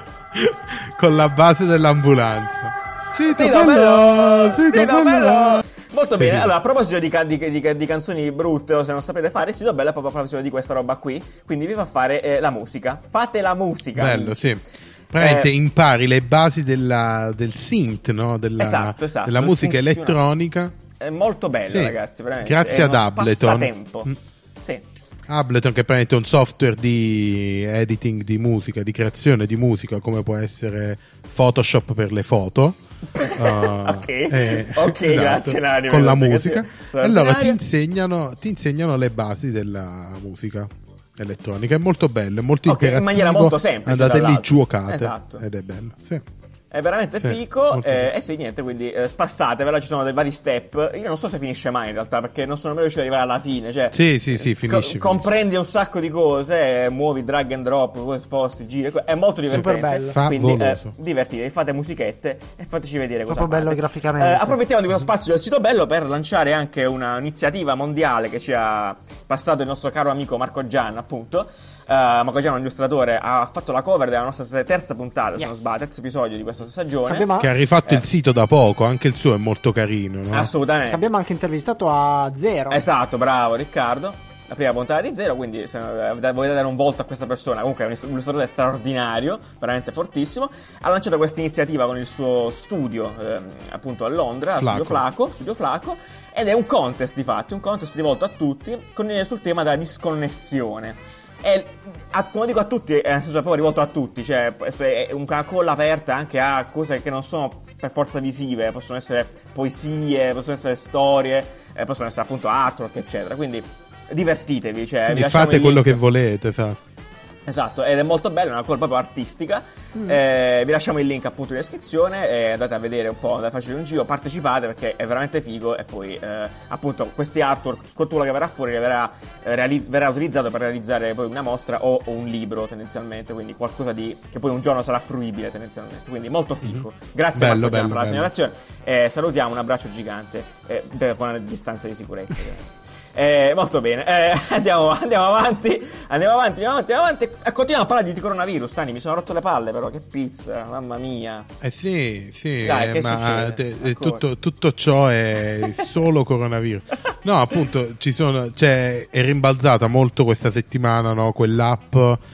Con la base dell'ambulanza. Sito, sito bello, bello, sito, sito bello. bello. Molto sì. Bene, allora a proposito di, di, di, di canzoni brutte o se non sapete fare, il sito bello è proprio a proposito di questa roba qui, quindi vi fa fare eh, la musica. Fate la musica. Bello, amici. Sì. Praticamente eh, impari le basi della, del synth, no? Della, esatto, esatto, della musica funziona. Elettronica. È molto bello, sì. Ragazzi, veramente. Grazie è ad Ableton. Passatempo. Mm. Sì. Ableton, che è praticamente un software di editing di musica, di creazione di musica, come può essere Photoshop per le foto. Uh, ok, eh, ok, esatto, grazie Nario, con la musica. E allora ti insegnano, ti insegnano le basi della musica elettronica. È molto bello, è molto okay, interattivo. In maniera molto semplice. Andate lì, giocate. Esatto. Ed è bello. Sì. È veramente sì, fico. E eh, eh sì, niente, quindi eh, spassatevela, ci sono dei vari step. Io non so se finisce mai in realtà, perché non sono mai riuscito ad arrivare alla fine. Cioè, sì, sì, sì, finisce. Co- comprendi un sacco di cose, eh, muovi drag and drop, poi sposti, giri. È molto divertente. Super bello. Quindi eh, divertitevi, fate musichette e fateci vedere cosa proprio fate. Bello graficamente. Eh, approfittiamo di questo spazio del sito bello per lanciare anche un'iniziativa mondiale che ci ha passato il nostro caro amico Marco Gian, appunto. Uh, Marco Gian, un illustratore, ha fatto la cover della nostra terza puntata, yes. se non sbaglio, terzo episodio di questa stagione. Abbiamo... Che ha rifatto eh. il sito da poco, anche il suo è molto carino, no? Assolutamente. Abbiamo anche intervistato a Zero. Esatto, bravo Riccardo. La prima puntata di Zero, quindi se volete dare un volto a questa persona, comunque è un illustratore straordinario, veramente fortissimo. Ha lanciato questa iniziativa con il suo studio, eh, appunto a Londra, Flaco. Studio Flaco, Studio Flaco, ed è un contest di fatti, un contest rivolto a tutti con, sul tema della disconnessione. E a, come dico a tutti, è nel senso è proprio rivolto a tutti, cioè è una colla aperta anche a cose che non sono per forza visive, possono essere poesie, possono essere storie, eh, possono essere appunto artwork, eccetera. Quindi divertitevi, cioè vi fate quello che volete, esatto. Esatto, ed è molto bello, è una cosa proprio artistica. Mm. Eh, vi lasciamo il link appunto in descrizione e andate a vedere un po', andate a farci un giro, partecipate perché è veramente figo. E poi eh, appunto questi artwork, tutto quello che verrà fuori verrà, eh, realizz- verrà utilizzato per realizzare poi una mostra o, o un libro tendenzialmente, quindi qualcosa di che poi un giorno sarà fruibile tendenzialmente, quindi molto figo. Mm-hmm. Grazie bello, Marco Gian bello, per la bello. segnalazione. Eh, salutiamo, un abbraccio gigante eh, con una distanza di sicurezza. Eh, molto bene, eh, andiamo, andiamo avanti, andiamo avanti, andiamo avanti, andiamo avanti. E continuiamo a parlare di coronavirus, Tani, mi sono rotto le palle però, che pizza, mamma mia. Eh sì, sì, Dai, eh, ma te, tutto, tutto ciò è solo coronavirus. No, appunto, ci sono, cioè, è rimbalzata molto questa settimana, no, quell'app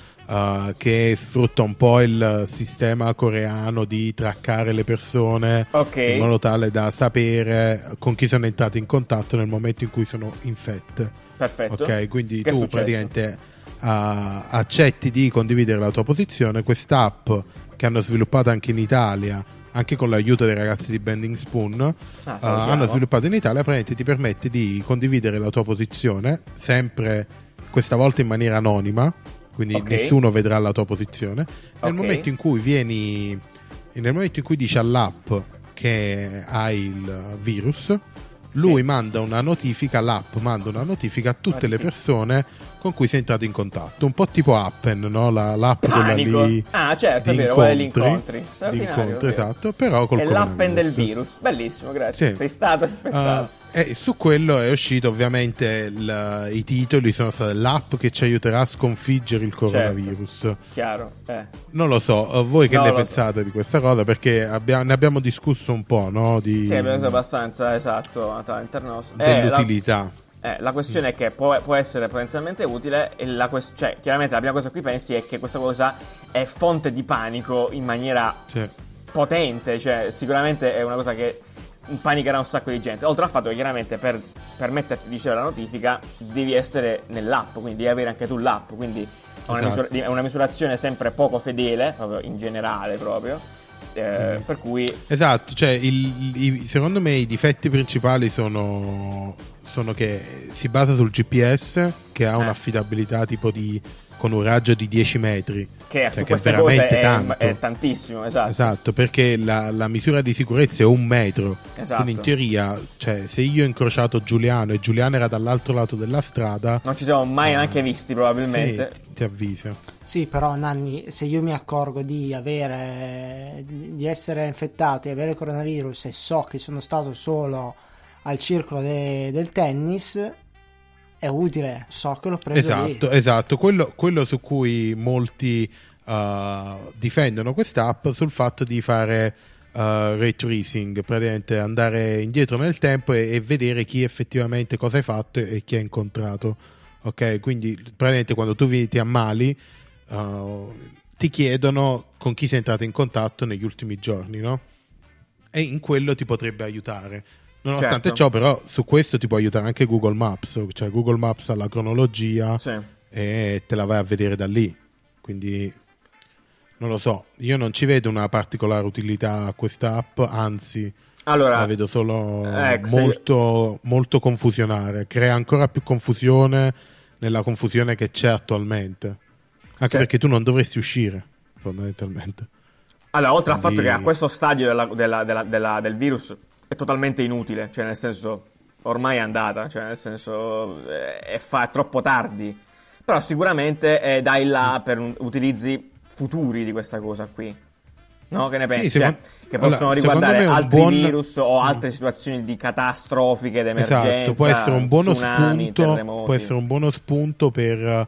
Uh, che sfrutta un po' il sistema coreano di traccare le persone, okay, in modo tale da sapere con chi sono entrati in contatto nel momento in cui sono infette. Perfetto. Ok, quindi che tu praticamente uh, accetti di condividere la tua posizione. Quest'app che hanno sviluppato anche in Italia, anche con l'aiuto dei ragazzi di Bending Spoon, ah, uh, hanno sviluppato in Italia, praticamente ti permette di condividere la tua posizione, sempre questa volta in maniera anonima. Quindi okay, nessuno vedrà la tua posizione. Nel okay, momento in cui vieni, nel momento in cui dici all'app che hai il virus, lui sì. manda una notifica, l'app manda una notifica a tutte le persone con cui sei entrato in contatto, un po' tipo Appen, no? La, l'app quella lì. Ah, certo, è vero, quella degli incontri. Di incontri, esatto, però col è l'Appen del virus, bellissimo, grazie. Sì. Sei stato infettato. Uh, e su quello è uscito ovviamente il, i titoli sono stati l'app che ci aiuterà a sconfiggere il coronavirus. Certo, chiaro. Eh. Non lo so, voi che no, ne pensate so. di questa cosa? Perché abbiamo, ne abbiamo discusso un po', no? Di, sì, abbiamo abbastanza, esatto, all'interno dell'utilità. Eh, la, eh, la questione è che può, può essere potenzialmente utile e la quest- cioè, chiaramente la prima cosa a cui pensi è che questa cosa è fonte di panico in maniera sì. potente, cioè sicuramente è una cosa che panicherà un sacco di gente, oltre al fatto che chiaramente per permetterti di ricevere la notifica devi essere nell'app, quindi devi avere anche tu l'app, quindi è una, esatto. misura- è una misurazione sempre poco fedele, proprio in generale proprio, eh, mm. per cui... Esatto, cioè il, il, secondo me i difetti principali sono, sono che si basa sul G P S che ha eh. un'affidabilità tipo di... con un raggio di dieci metri, che cioè su che queste è veramente cose è, tanto. È tantissimo, esatto. Esatto, perché la, la misura di sicurezza è un metro, esatto. quindi in teoria, cioè, se io ho incrociato Giuliano e Giuliano era dall'altro lato della strada, non ci siamo mai eh, neanche visti probabilmente. Sì, ti avviso. Sì, però Nanni, se io mi accorgo di avere di essere infettato e avere il coronavirus e so che sono stato solo al circolo de, del tennis, è utile, so che l'ho preso esatto, lì. Esatto, quello, quello su cui molti uh, difendono quest'app sul fatto di fare uh, ray tracing, praticamente andare indietro nel tempo e, e vedere chi effettivamente cosa hai fatto e, e chi hai incontrato. Ok, quindi praticamente quando tu ti ammali uh, ti chiedono con chi sei entrato in contatto negli ultimi giorni, no? E in quello ti potrebbe aiutare. Nonostante certo. ciò, però, su questo ti può aiutare anche Google Maps, cioè Google Maps ha la cronologia sì. e te la vai a vedere da lì. Quindi non lo so, io non ci vedo una particolare utilità a questa app, anzi allora, la vedo solo ecco, molto, molto confusionare, crea ancora più confusione nella confusione che c'è attualmente, anche sì. perché tu non dovresti uscire fondamentalmente. Allora, oltre Quindi... al fatto che a questo stadio della, della, della, della, del virus è totalmente inutile, cioè nel senso ormai è andata, cioè nel senso è, fa, è troppo tardi, però sicuramente è dai là per un, utilizzi futuri di questa cosa qui, no? Che ne pensi? Sì, secondo... cioè, che possono allora, riguardare altri buon... virus o altre situazioni di catastrofiche, d'emergenza, esatto, può essere un buono tsunami, spunto, terremoti. può essere un buono spunto per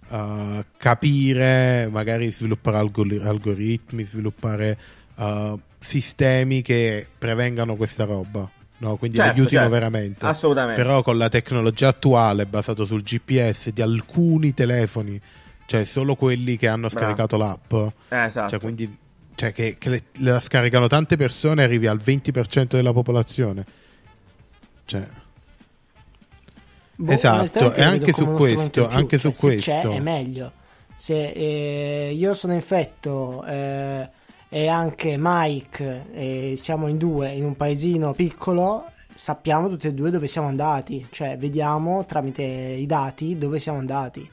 uh, capire, magari sviluppare algor- algoritmi, sviluppare uh, sistemi che prevengano questa roba, no? Quindi certo, aiutino certo. veramente. Assolutamente. Però con la tecnologia attuale basato sul G P S di alcuni telefoni, cioè solo quelli che hanno scaricato Bravo. l'app, eh, esatto. cioè quindi cioè che, che le, la scaricano tante persone, arrivi al venti per cento della popolazione, cioè boh, esatto, e anche su questo anche cioè, su questo c'è è meglio. Se eh, io sono infetto eh, e anche Mike e siamo in due in un paesino piccolo, sappiamo tutti e due dove siamo andati, cioè vediamo tramite i dati dove siamo andati.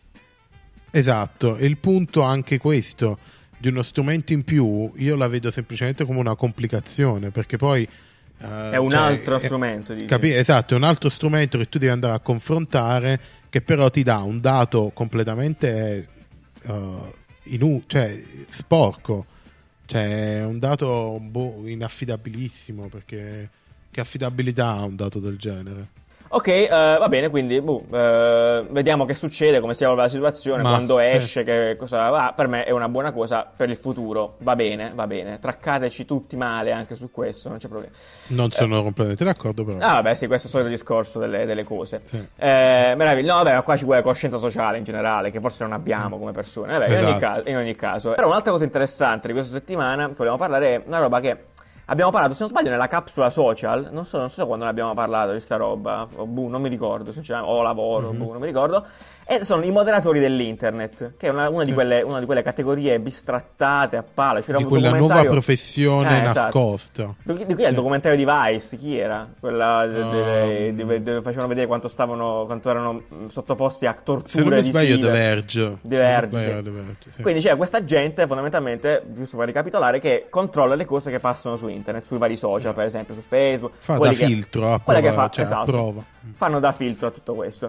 Esatto, e il punto anche questo di uno strumento in più io la vedo semplicemente come una complicazione, perché poi uh, è un cioè, altro è, strumento dici. Capi- esatto, è un altro strumento che tu devi andare a confrontare, che però ti dà un dato completamente uh, inu- cioè sporco, cioè è un dato boh, inaffidabilissimo, perché che affidabilità ha un dato del genere? Ok, uh, va bene, quindi boh, uh, vediamo che succede, come si evolve la situazione, Ma, quando sì. esce, che cosa va. Per me è una buona cosa per il futuro, va bene, va bene. Traccateci tutti male anche su questo, non c'è problema. Non sono eh. completamente d'accordo, però. Ah, vabbè, sì, questo è il solito discorso delle, delle cose. Sì. Eh, meraviglia. No, vabbè, qua ci vuole coscienza sociale in generale, che forse non abbiamo come persone. Vabbè, esatto. in, ogni caso, in ogni caso. Però un'altra cosa interessante di questa settimana, che vogliamo parlare, è una roba che abbiamo parlato, se non sbaglio, nella capsula social, non so, non so quando ne abbiamo parlato di sta roba, o buh, non mi ricordo, o lavoro, mm-hmm. buh, non mi ricordo, e sono i moderatori dell'internet, che è una, una, di, quelle, una di quelle categorie bistrattate a palo. C'era di un quella nuova professione eh, nascosta. Esatto. Di, di chi è il documentario di Vice? Chi era? Quella um, dove, dove facevano vedere quanto stavano, quanto erano sottoposti a torture visive. Se non mi sbaglio visive. The Verge. The Verge, sì. The Verge, sì. Quindi c'è questa gente, fondamentalmente, giusto per ricapitolare, che controlla le cose che passano su internet, sui vari social, per esempio su Facebook. Fa da che, filtro, a prova, che fa, cioè, esatto, prova. fanno da filtro a tutto questo.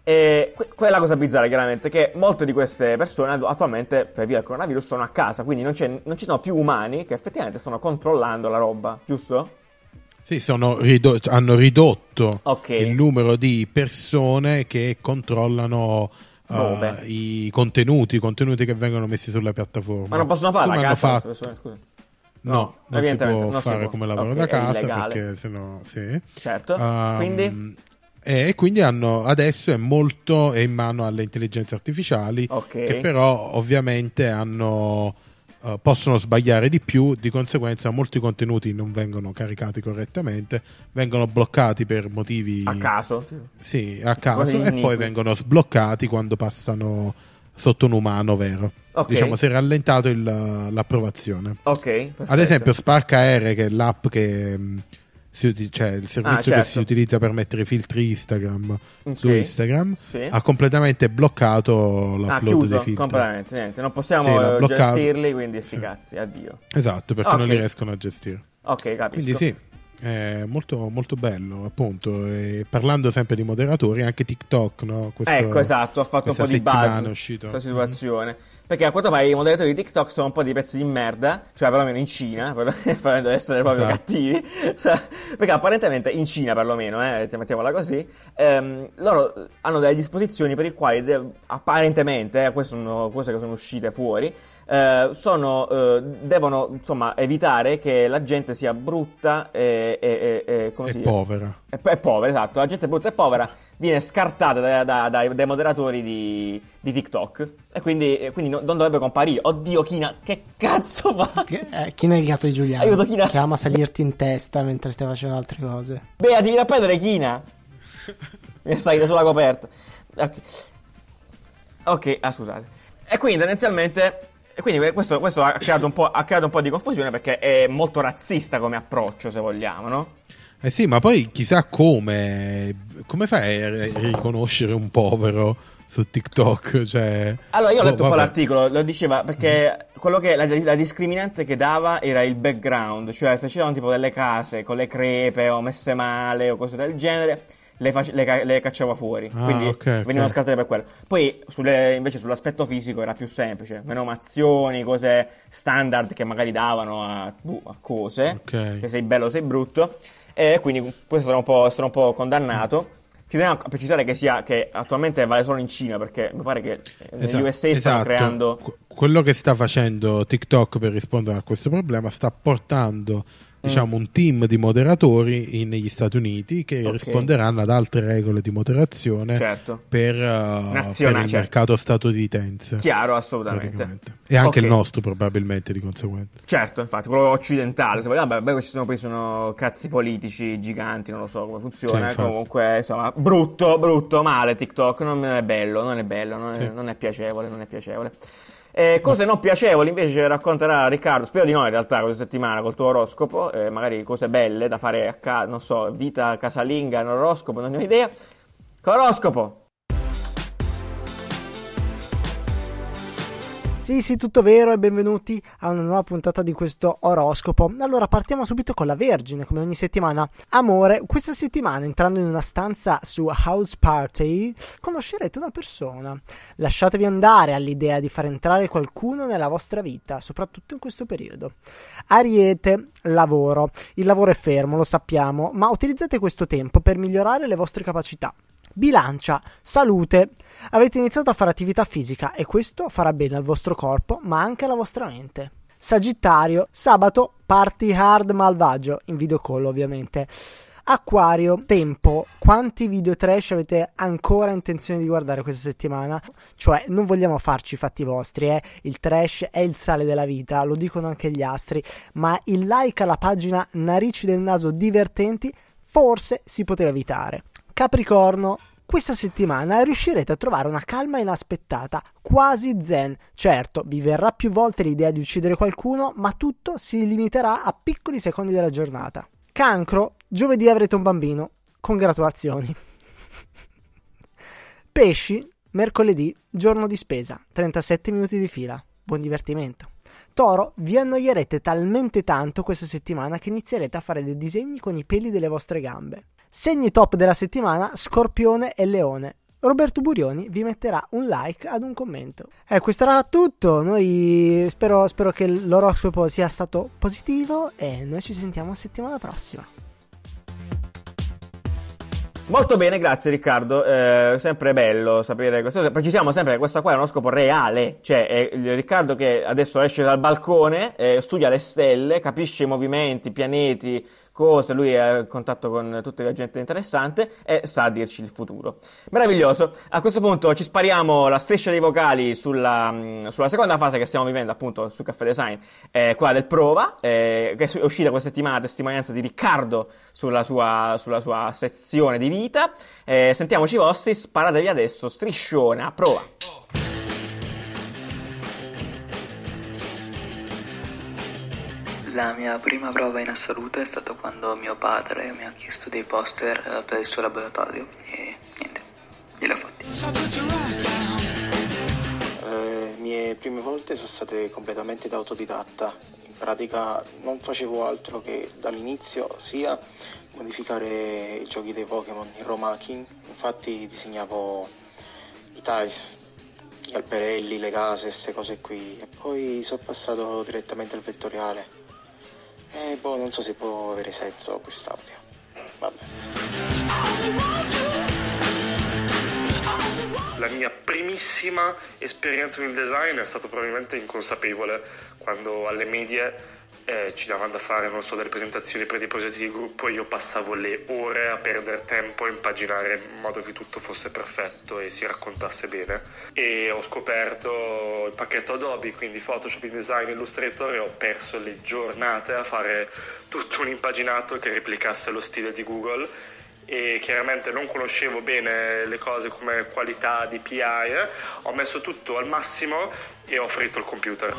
E quella è la cosa bizzarra, chiaramente, che molte di queste persone attualmente, per via del coronavirus, sono a casa, quindi non, c'è, non ci sono più umani che effettivamente stanno controllando la roba, giusto? Sì, sono ridotto, hanno ridotto okay. il numero di persone che controllano uh, i contenuti, i contenuti che vengono messi sulla piattaforma. Ma non possono farla a casa? Fatto... Persone, scusa. No, no, non si può non fare si può. come lavoro okay, da casa, perché sennò sì. Certo, um, quindi... E quindi hanno, adesso è molto è in mano alle intelligenze artificiali, okay. che però ovviamente hanno uh, possono sbagliare di più, di conseguenza molti contenuti non vengono caricati correttamente, vengono bloccati per motivi a caso, sì, a caso, e poi vengono sbloccati quando passano sotto un umano vero. Okay. Diciamo, si è rallentato il, l'approvazione. Ok, perfetto. Ad esempio Spark A R, che è l'app che Si, cioè il servizio ah, certo. che si utilizza per mettere filtri Instagram okay. su Instagram sì. ha completamente bloccato l'upload ah, chiuso, dei filtri completamente, niente, non possiamo sì, gestirli, quindi sti sì. cazzi, addio. Esatto, perché okay. non li riescono a gestire. Ok, capisco. Quindi sì, è molto, molto bello, appunto. E parlando sempre di moderatori, anche TikTok, no? Questo, ecco, esatto, ha fatto un po' di buzz questa situazione. Mm-hmm. Perché a quanto pare i moderatori di TikTok sono un po' di pezzi di merda, cioè perlomeno in Cina, per essere proprio esatto. cattivi, perché apparentemente in Cina perlomeno, eh, mettiamola così, ehm, loro hanno delle disposizioni per i quali de- apparentemente, eh, queste sono cose che sono uscite fuori, eh, sono, eh, devono insomma evitare che la gente sia brutta e, e, e, e, come e si povera. È, è povera, esatto, la gente brutta e povera viene scartata da, da, dai, dai moderatori di, di TikTok e quindi, quindi non dovrebbe comparire. Oddio, Kina, che cazzo fa? Eh, Kina è il gatto di Giuliano. Aiuto, Kina. Che ama salirti in testa mentre stai facendo altre cose. Beh, ti vieni a prendere, Kina. Mi è salita sulla coperta. Ok, ok, ah scusate. E quindi tendenzialmente e quindi questo, questo ha, creato un po', ha creato un po' di confusione, perché è molto razzista come approccio, se vogliamo, no? Eh sì, ma poi chissà come come fai a riconoscere un povero su TikTok? Cioè, allora, io ho letto oh, un po' l'articolo, lo diceva, perché mm. quello che la, la discriminante che dava era il background, cioè se c'erano tipo delle case con le crepe o messe male o cose del genere, le, face, le, le cacciava fuori, ah, quindi okay, venivano okay. scartate per quello. Poi sulle, invece sull'aspetto fisico era più semplice, menomazioni, cose standard che magari davano a, uh, a cose, okay. che sei bello o sei brutto, e quindi questo sarà un po', sarà un po' condannato. Ci teniamo a precisare che sia che attualmente vale solo in Cina, perché mi pare che negli esatto, U S A stanno esatto. creando quello che sta facendo TikTok per rispondere a questo problema, sta portando diciamo un team di moderatori in, negli Stati Uniti che okay. risponderanno ad altre regole di moderazione certo. per, uh, per il certo. mercato statunitense. Chiaro, assolutamente. E anche okay. il nostro probabilmente di conseguenza. Certo, infatti, quello occidentale. Se vogliamo, beh, questi sono, poi sono cazzi politici giganti, non lo so come funziona. Sì, comunque, insomma, brutto, brutto, male TikTok, non è bello, non è bello, non è, sì. non è piacevole, non è piacevole. Eh, cose non piacevoli invece racconterà Riccardo, spero di no in realtà, questa settimana col tuo oroscopo, eh, magari cose belle da fare a casa, non so, vita casalinga, un oroscopo, non ne ho idea. Oroscopo! Sì, sì, tutto vero e benvenuti a una nuova puntata di questo oroscopo. Allora, partiamo subito con la Vergine, come ogni settimana. Amore, questa settimana entrando in una stanza su House Party, conoscerete una persona. Lasciatevi andare all'idea di far entrare qualcuno nella vostra vita, soprattutto in questo periodo. Ariete, lavoro. Il lavoro è fermo, lo sappiamo, ma utilizzate questo tempo per migliorare le vostre capacità. Bilancia, salute. Avete iniziato a fare attività fisica e questo farà bene al vostro corpo ma anche alla vostra mente. Sagittario, sabato, party hard malvagio, in video call ovviamente. Acquario, tempo, quanti video trash avete ancora intenzione di guardare questa settimana? Cioè, non vogliamo farci i fatti vostri, eh? Il trash è il sale della vita, lo dicono anche gli astri, ma il like alla pagina Narici del Naso Divertenti forse si poteva evitare. Capricorno, questa settimana riuscirete a trovare una calma inaspettata, quasi zen. Certo, vi verrà più volte l'idea di uccidere qualcuno, ma tutto si limiterà a piccoli secondi della giornata. Cancro, giovedì avrete un bambino. Congratulazioni. Pesci, mercoledì, giorno di spesa, trentasette minuti di fila. Buon divertimento. Toro, vi annoierete talmente tanto questa settimana che inizierete a fare dei disegni con i peli delle vostre gambe. Segni top della settimana, Scorpione e Leone. Roberto Burioni vi metterà un like ad un commento. Eh, questo era tutto. Noi spero, spero che l'oroscopo sia stato positivo e noi ci sentiamo settimana prossima. Molto bene, grazie Riccardo, eh, sempre bello sapere questo. Precisiamo sempre che questo qua è un oroscopo reale, cioè è il Riccardo che adesso esce dal balcone, eh, studia le stelle, capisce i movimenti, i pianeti, cose, lui è in contatto con tutta la gente interessante e sa dirci il futuro. Meraviglioso. A questo punto ci spariamo la striscia dei vocali sulla, sulla seconda fase che stiamo vivendo appunto su Caffè Design, eh, quella del prova, eh, che è uscita questa settimana a testimonianza di Riccardo sulla sua, sulla sua sezione di vita. Eh, sentiamoci i vostri, sparatevi adesso, striscione, a prova. La mia prima prova in assoluto è stata quando mio padre mi ha chiesto dei poster per il suo laboratorio e niente, gliel'ho fatti. Le mie prime volte sono state completamente da autodidatta. In pratica non facevo altro che dall'inizio sia modificare i giochi dei Pokémon in raw making, infatti disegnavo i tiles, gli alberelli, le case, queste cose qui, e poi sono passato direttamente al vettoriale. E boh, non so se può avere senso quest'ampio. Vabbè. La mia primissima esperienza nel design è stata probabilmente inconsapevole, quando alle medie eh, ci davano da fare, non so, delle presentazioni per dei progetti di gruppo e io passavo le ore a perdere tempo a impaginare in modo che tutto fosse perfetto e si raccontasse bene. E ho scoperto il pacchetto Adobe, quindi Photoshop, InDesign, Illustrator, e ho perso le giornate a fare tutto un impaginato che replicasse lo stile di Google. E chiaramente non conoscevo bene le cose come qualità D P I, eh? Ho messo tutto al massimo e ho fritto il computer.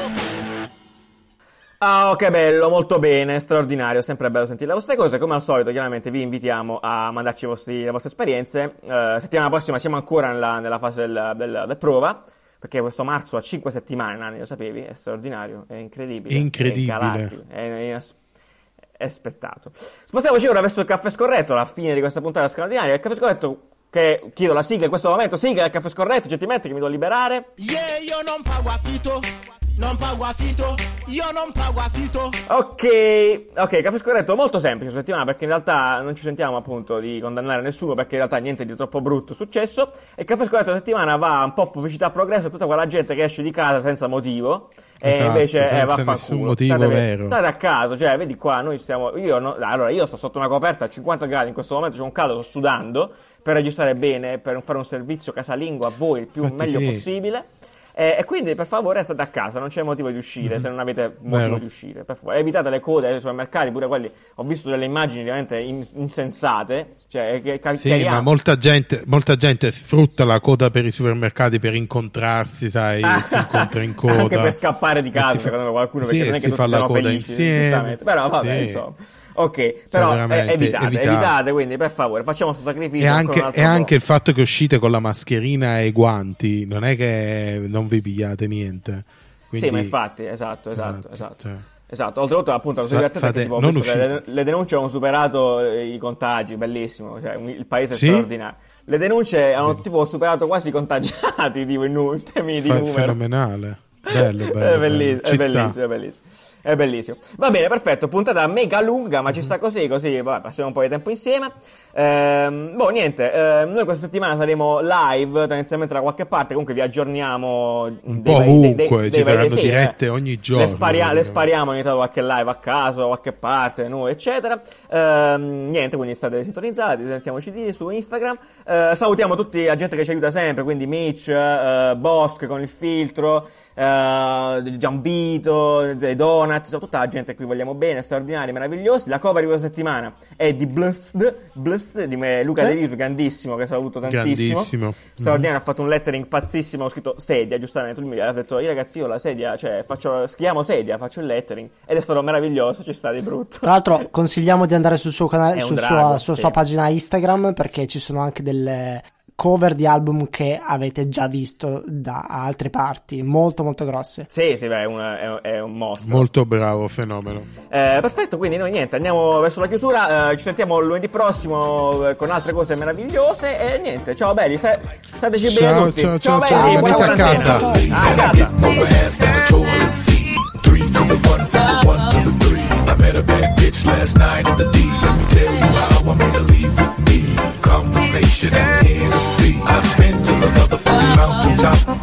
Ah, oh, che bello, molto bene, straordinario, sempre bello sentire le vostre cose. Come al solito, chiaramente vi invitiamo a mandarci i vostri, le vostre esperienze. Uh, settimana prossima siamo ancora nella, nella fase del, del, del prova, perché questo marzo ha cinque settimane, Nani, lo sapevi? È straordinario, è incredibile. Incredibile. È galattico, è, è, è aspettato. Spostiamoci ora verso il caffè scorretto, alla fine di questa puntata straordinaria. Il caffè scorretto, che chiedo la sigla in questo momento, sigla del caffè scorretto, gentilmente, che mi devo liberare. Yeah, io non pago affitto. Non pago affitto, io non pago affitto. Ok, ok, caffè scorretto molto semplice questa settimana, perché in realtà non ci sentiamo appunto di condannare nessuno, perché in realtà niente di troppo brutto è successo. E il caffè scorretto questa settimana va un po' pubblicità progresso a tutta quella gente che esce di casa senza motivo. Esatto, e invece eh, va a nessun motivo state, vero. State a casa, cioè vedi qua, noi stiamo, io no, allora io sto sotto una coperta a cinquanta gradi in questo momento, c'è un caldo, sto sudando per registrare bene, per fare un servizio casalingo a voi il più Infatti meglio sì. possibile. Eh, e quindi per favore state a casa, non c'è motivo di uscire, mm-hmm. se non avete motivo Vero. di uscire, per favore evitate le code ai supermercati, pure quelli, ho visto delle immagini veramente in, insensate, cioè che, che sì, ma molta gente, molta gente sfrutta la coda per i supermercati per incontrarsi, sai, si incontra in coda anche per scappare di casa, secondo me qualcuno, perché sì, non è che tutti siano felici insieme. Però vabbè, sì. insomma. Ok, però cioè, eh, evitate, evitate, evitate, quindi per favore facciamo questo sacrificio. E anche, e anche il fatto che uscite con la mascherina e i guanti, non è che non vi pigliate niente. Quindi... Sì, ma infatti, esatto, esatto, esatto. esatto. Cioè... Esatto, oltretutto appunto Sa- fate, perché, tipo, le, le denunce hanno superato i contagi, bellissimo, cioè il paese è sì? straordinario. Le denunce hanno sì. tipo superato quasi i contagiati, tipo in, nu- in termini Fa- di numero. Fenomenale. Bello, bello, è bellissimo, bello. È bellissimo, è bellissimo. È bellissimo. Va bene, perfetto. Puntata mega lunga, ma ci sta così, così vabbè, passiamo un po' di tempo insieme. Ehm, boh, niente. Eh, noi questa settimana saremo live tendenzialmente da qualche parte. Comunque vi aggiorniamo un po' ovunque. Ci saranno sì, dirette eh. ogni giorno. Le, sparia- le spariamo ogni tanto qualche live a caso, qualche parte, noi, eccetera. Ehm, niente, quindi state sintonizzati. Sentiamoci di su Instagram. Ehm, salutiamo tutti la gente che ci aiuta sempre. Quindi Mitch, eh, Bosch con il filtro. Uh, Gianvito, Donat, tutta la gente a cui vogliamo bene, straordinari, meravigliosi. La cover di questa settimana è di Blust, Blust di me, Luca sì. De Viso, grandissimo, che saluto tantissimo. Grandissimo. Straordinario, mm. ha fatto un lettering pazzissimo, ho scritto sedia, giustamente, lui mi ha detto, io ragazzi, io la sedia, cioè, faccio, scriviamo sedia, faccio il lettering, ed è stato meraviglioso, ci sta di brutto. Tra l'altro consigliamo di andare sul suo canale, sul drago, sua, sulla sì. sua pagina Instagram, perché ci sono anche delle... cover di album che avete già visto da altre parti, molto molto grosse. Sì, sì, beh, è, una, è, è un mostro. Molto bravo, fenomeno. Eh, perfetto, quindi noi niente, andiamo verso la chiusura, eh, ci sentiamo lunedì prossimo eh, con altre cose meravigliose e niente, ciao belli, sta, stateci bene ciao, tutti. Ciao, ciao, ciao, belli, ciao, buona quarantena. A casa. Three to the one, from the one to the three. I met a bad bitch last night in the D. Let me tell you how I made her leave with me. Conversation and Hennessy. I've been to the motherfucking mountaintop.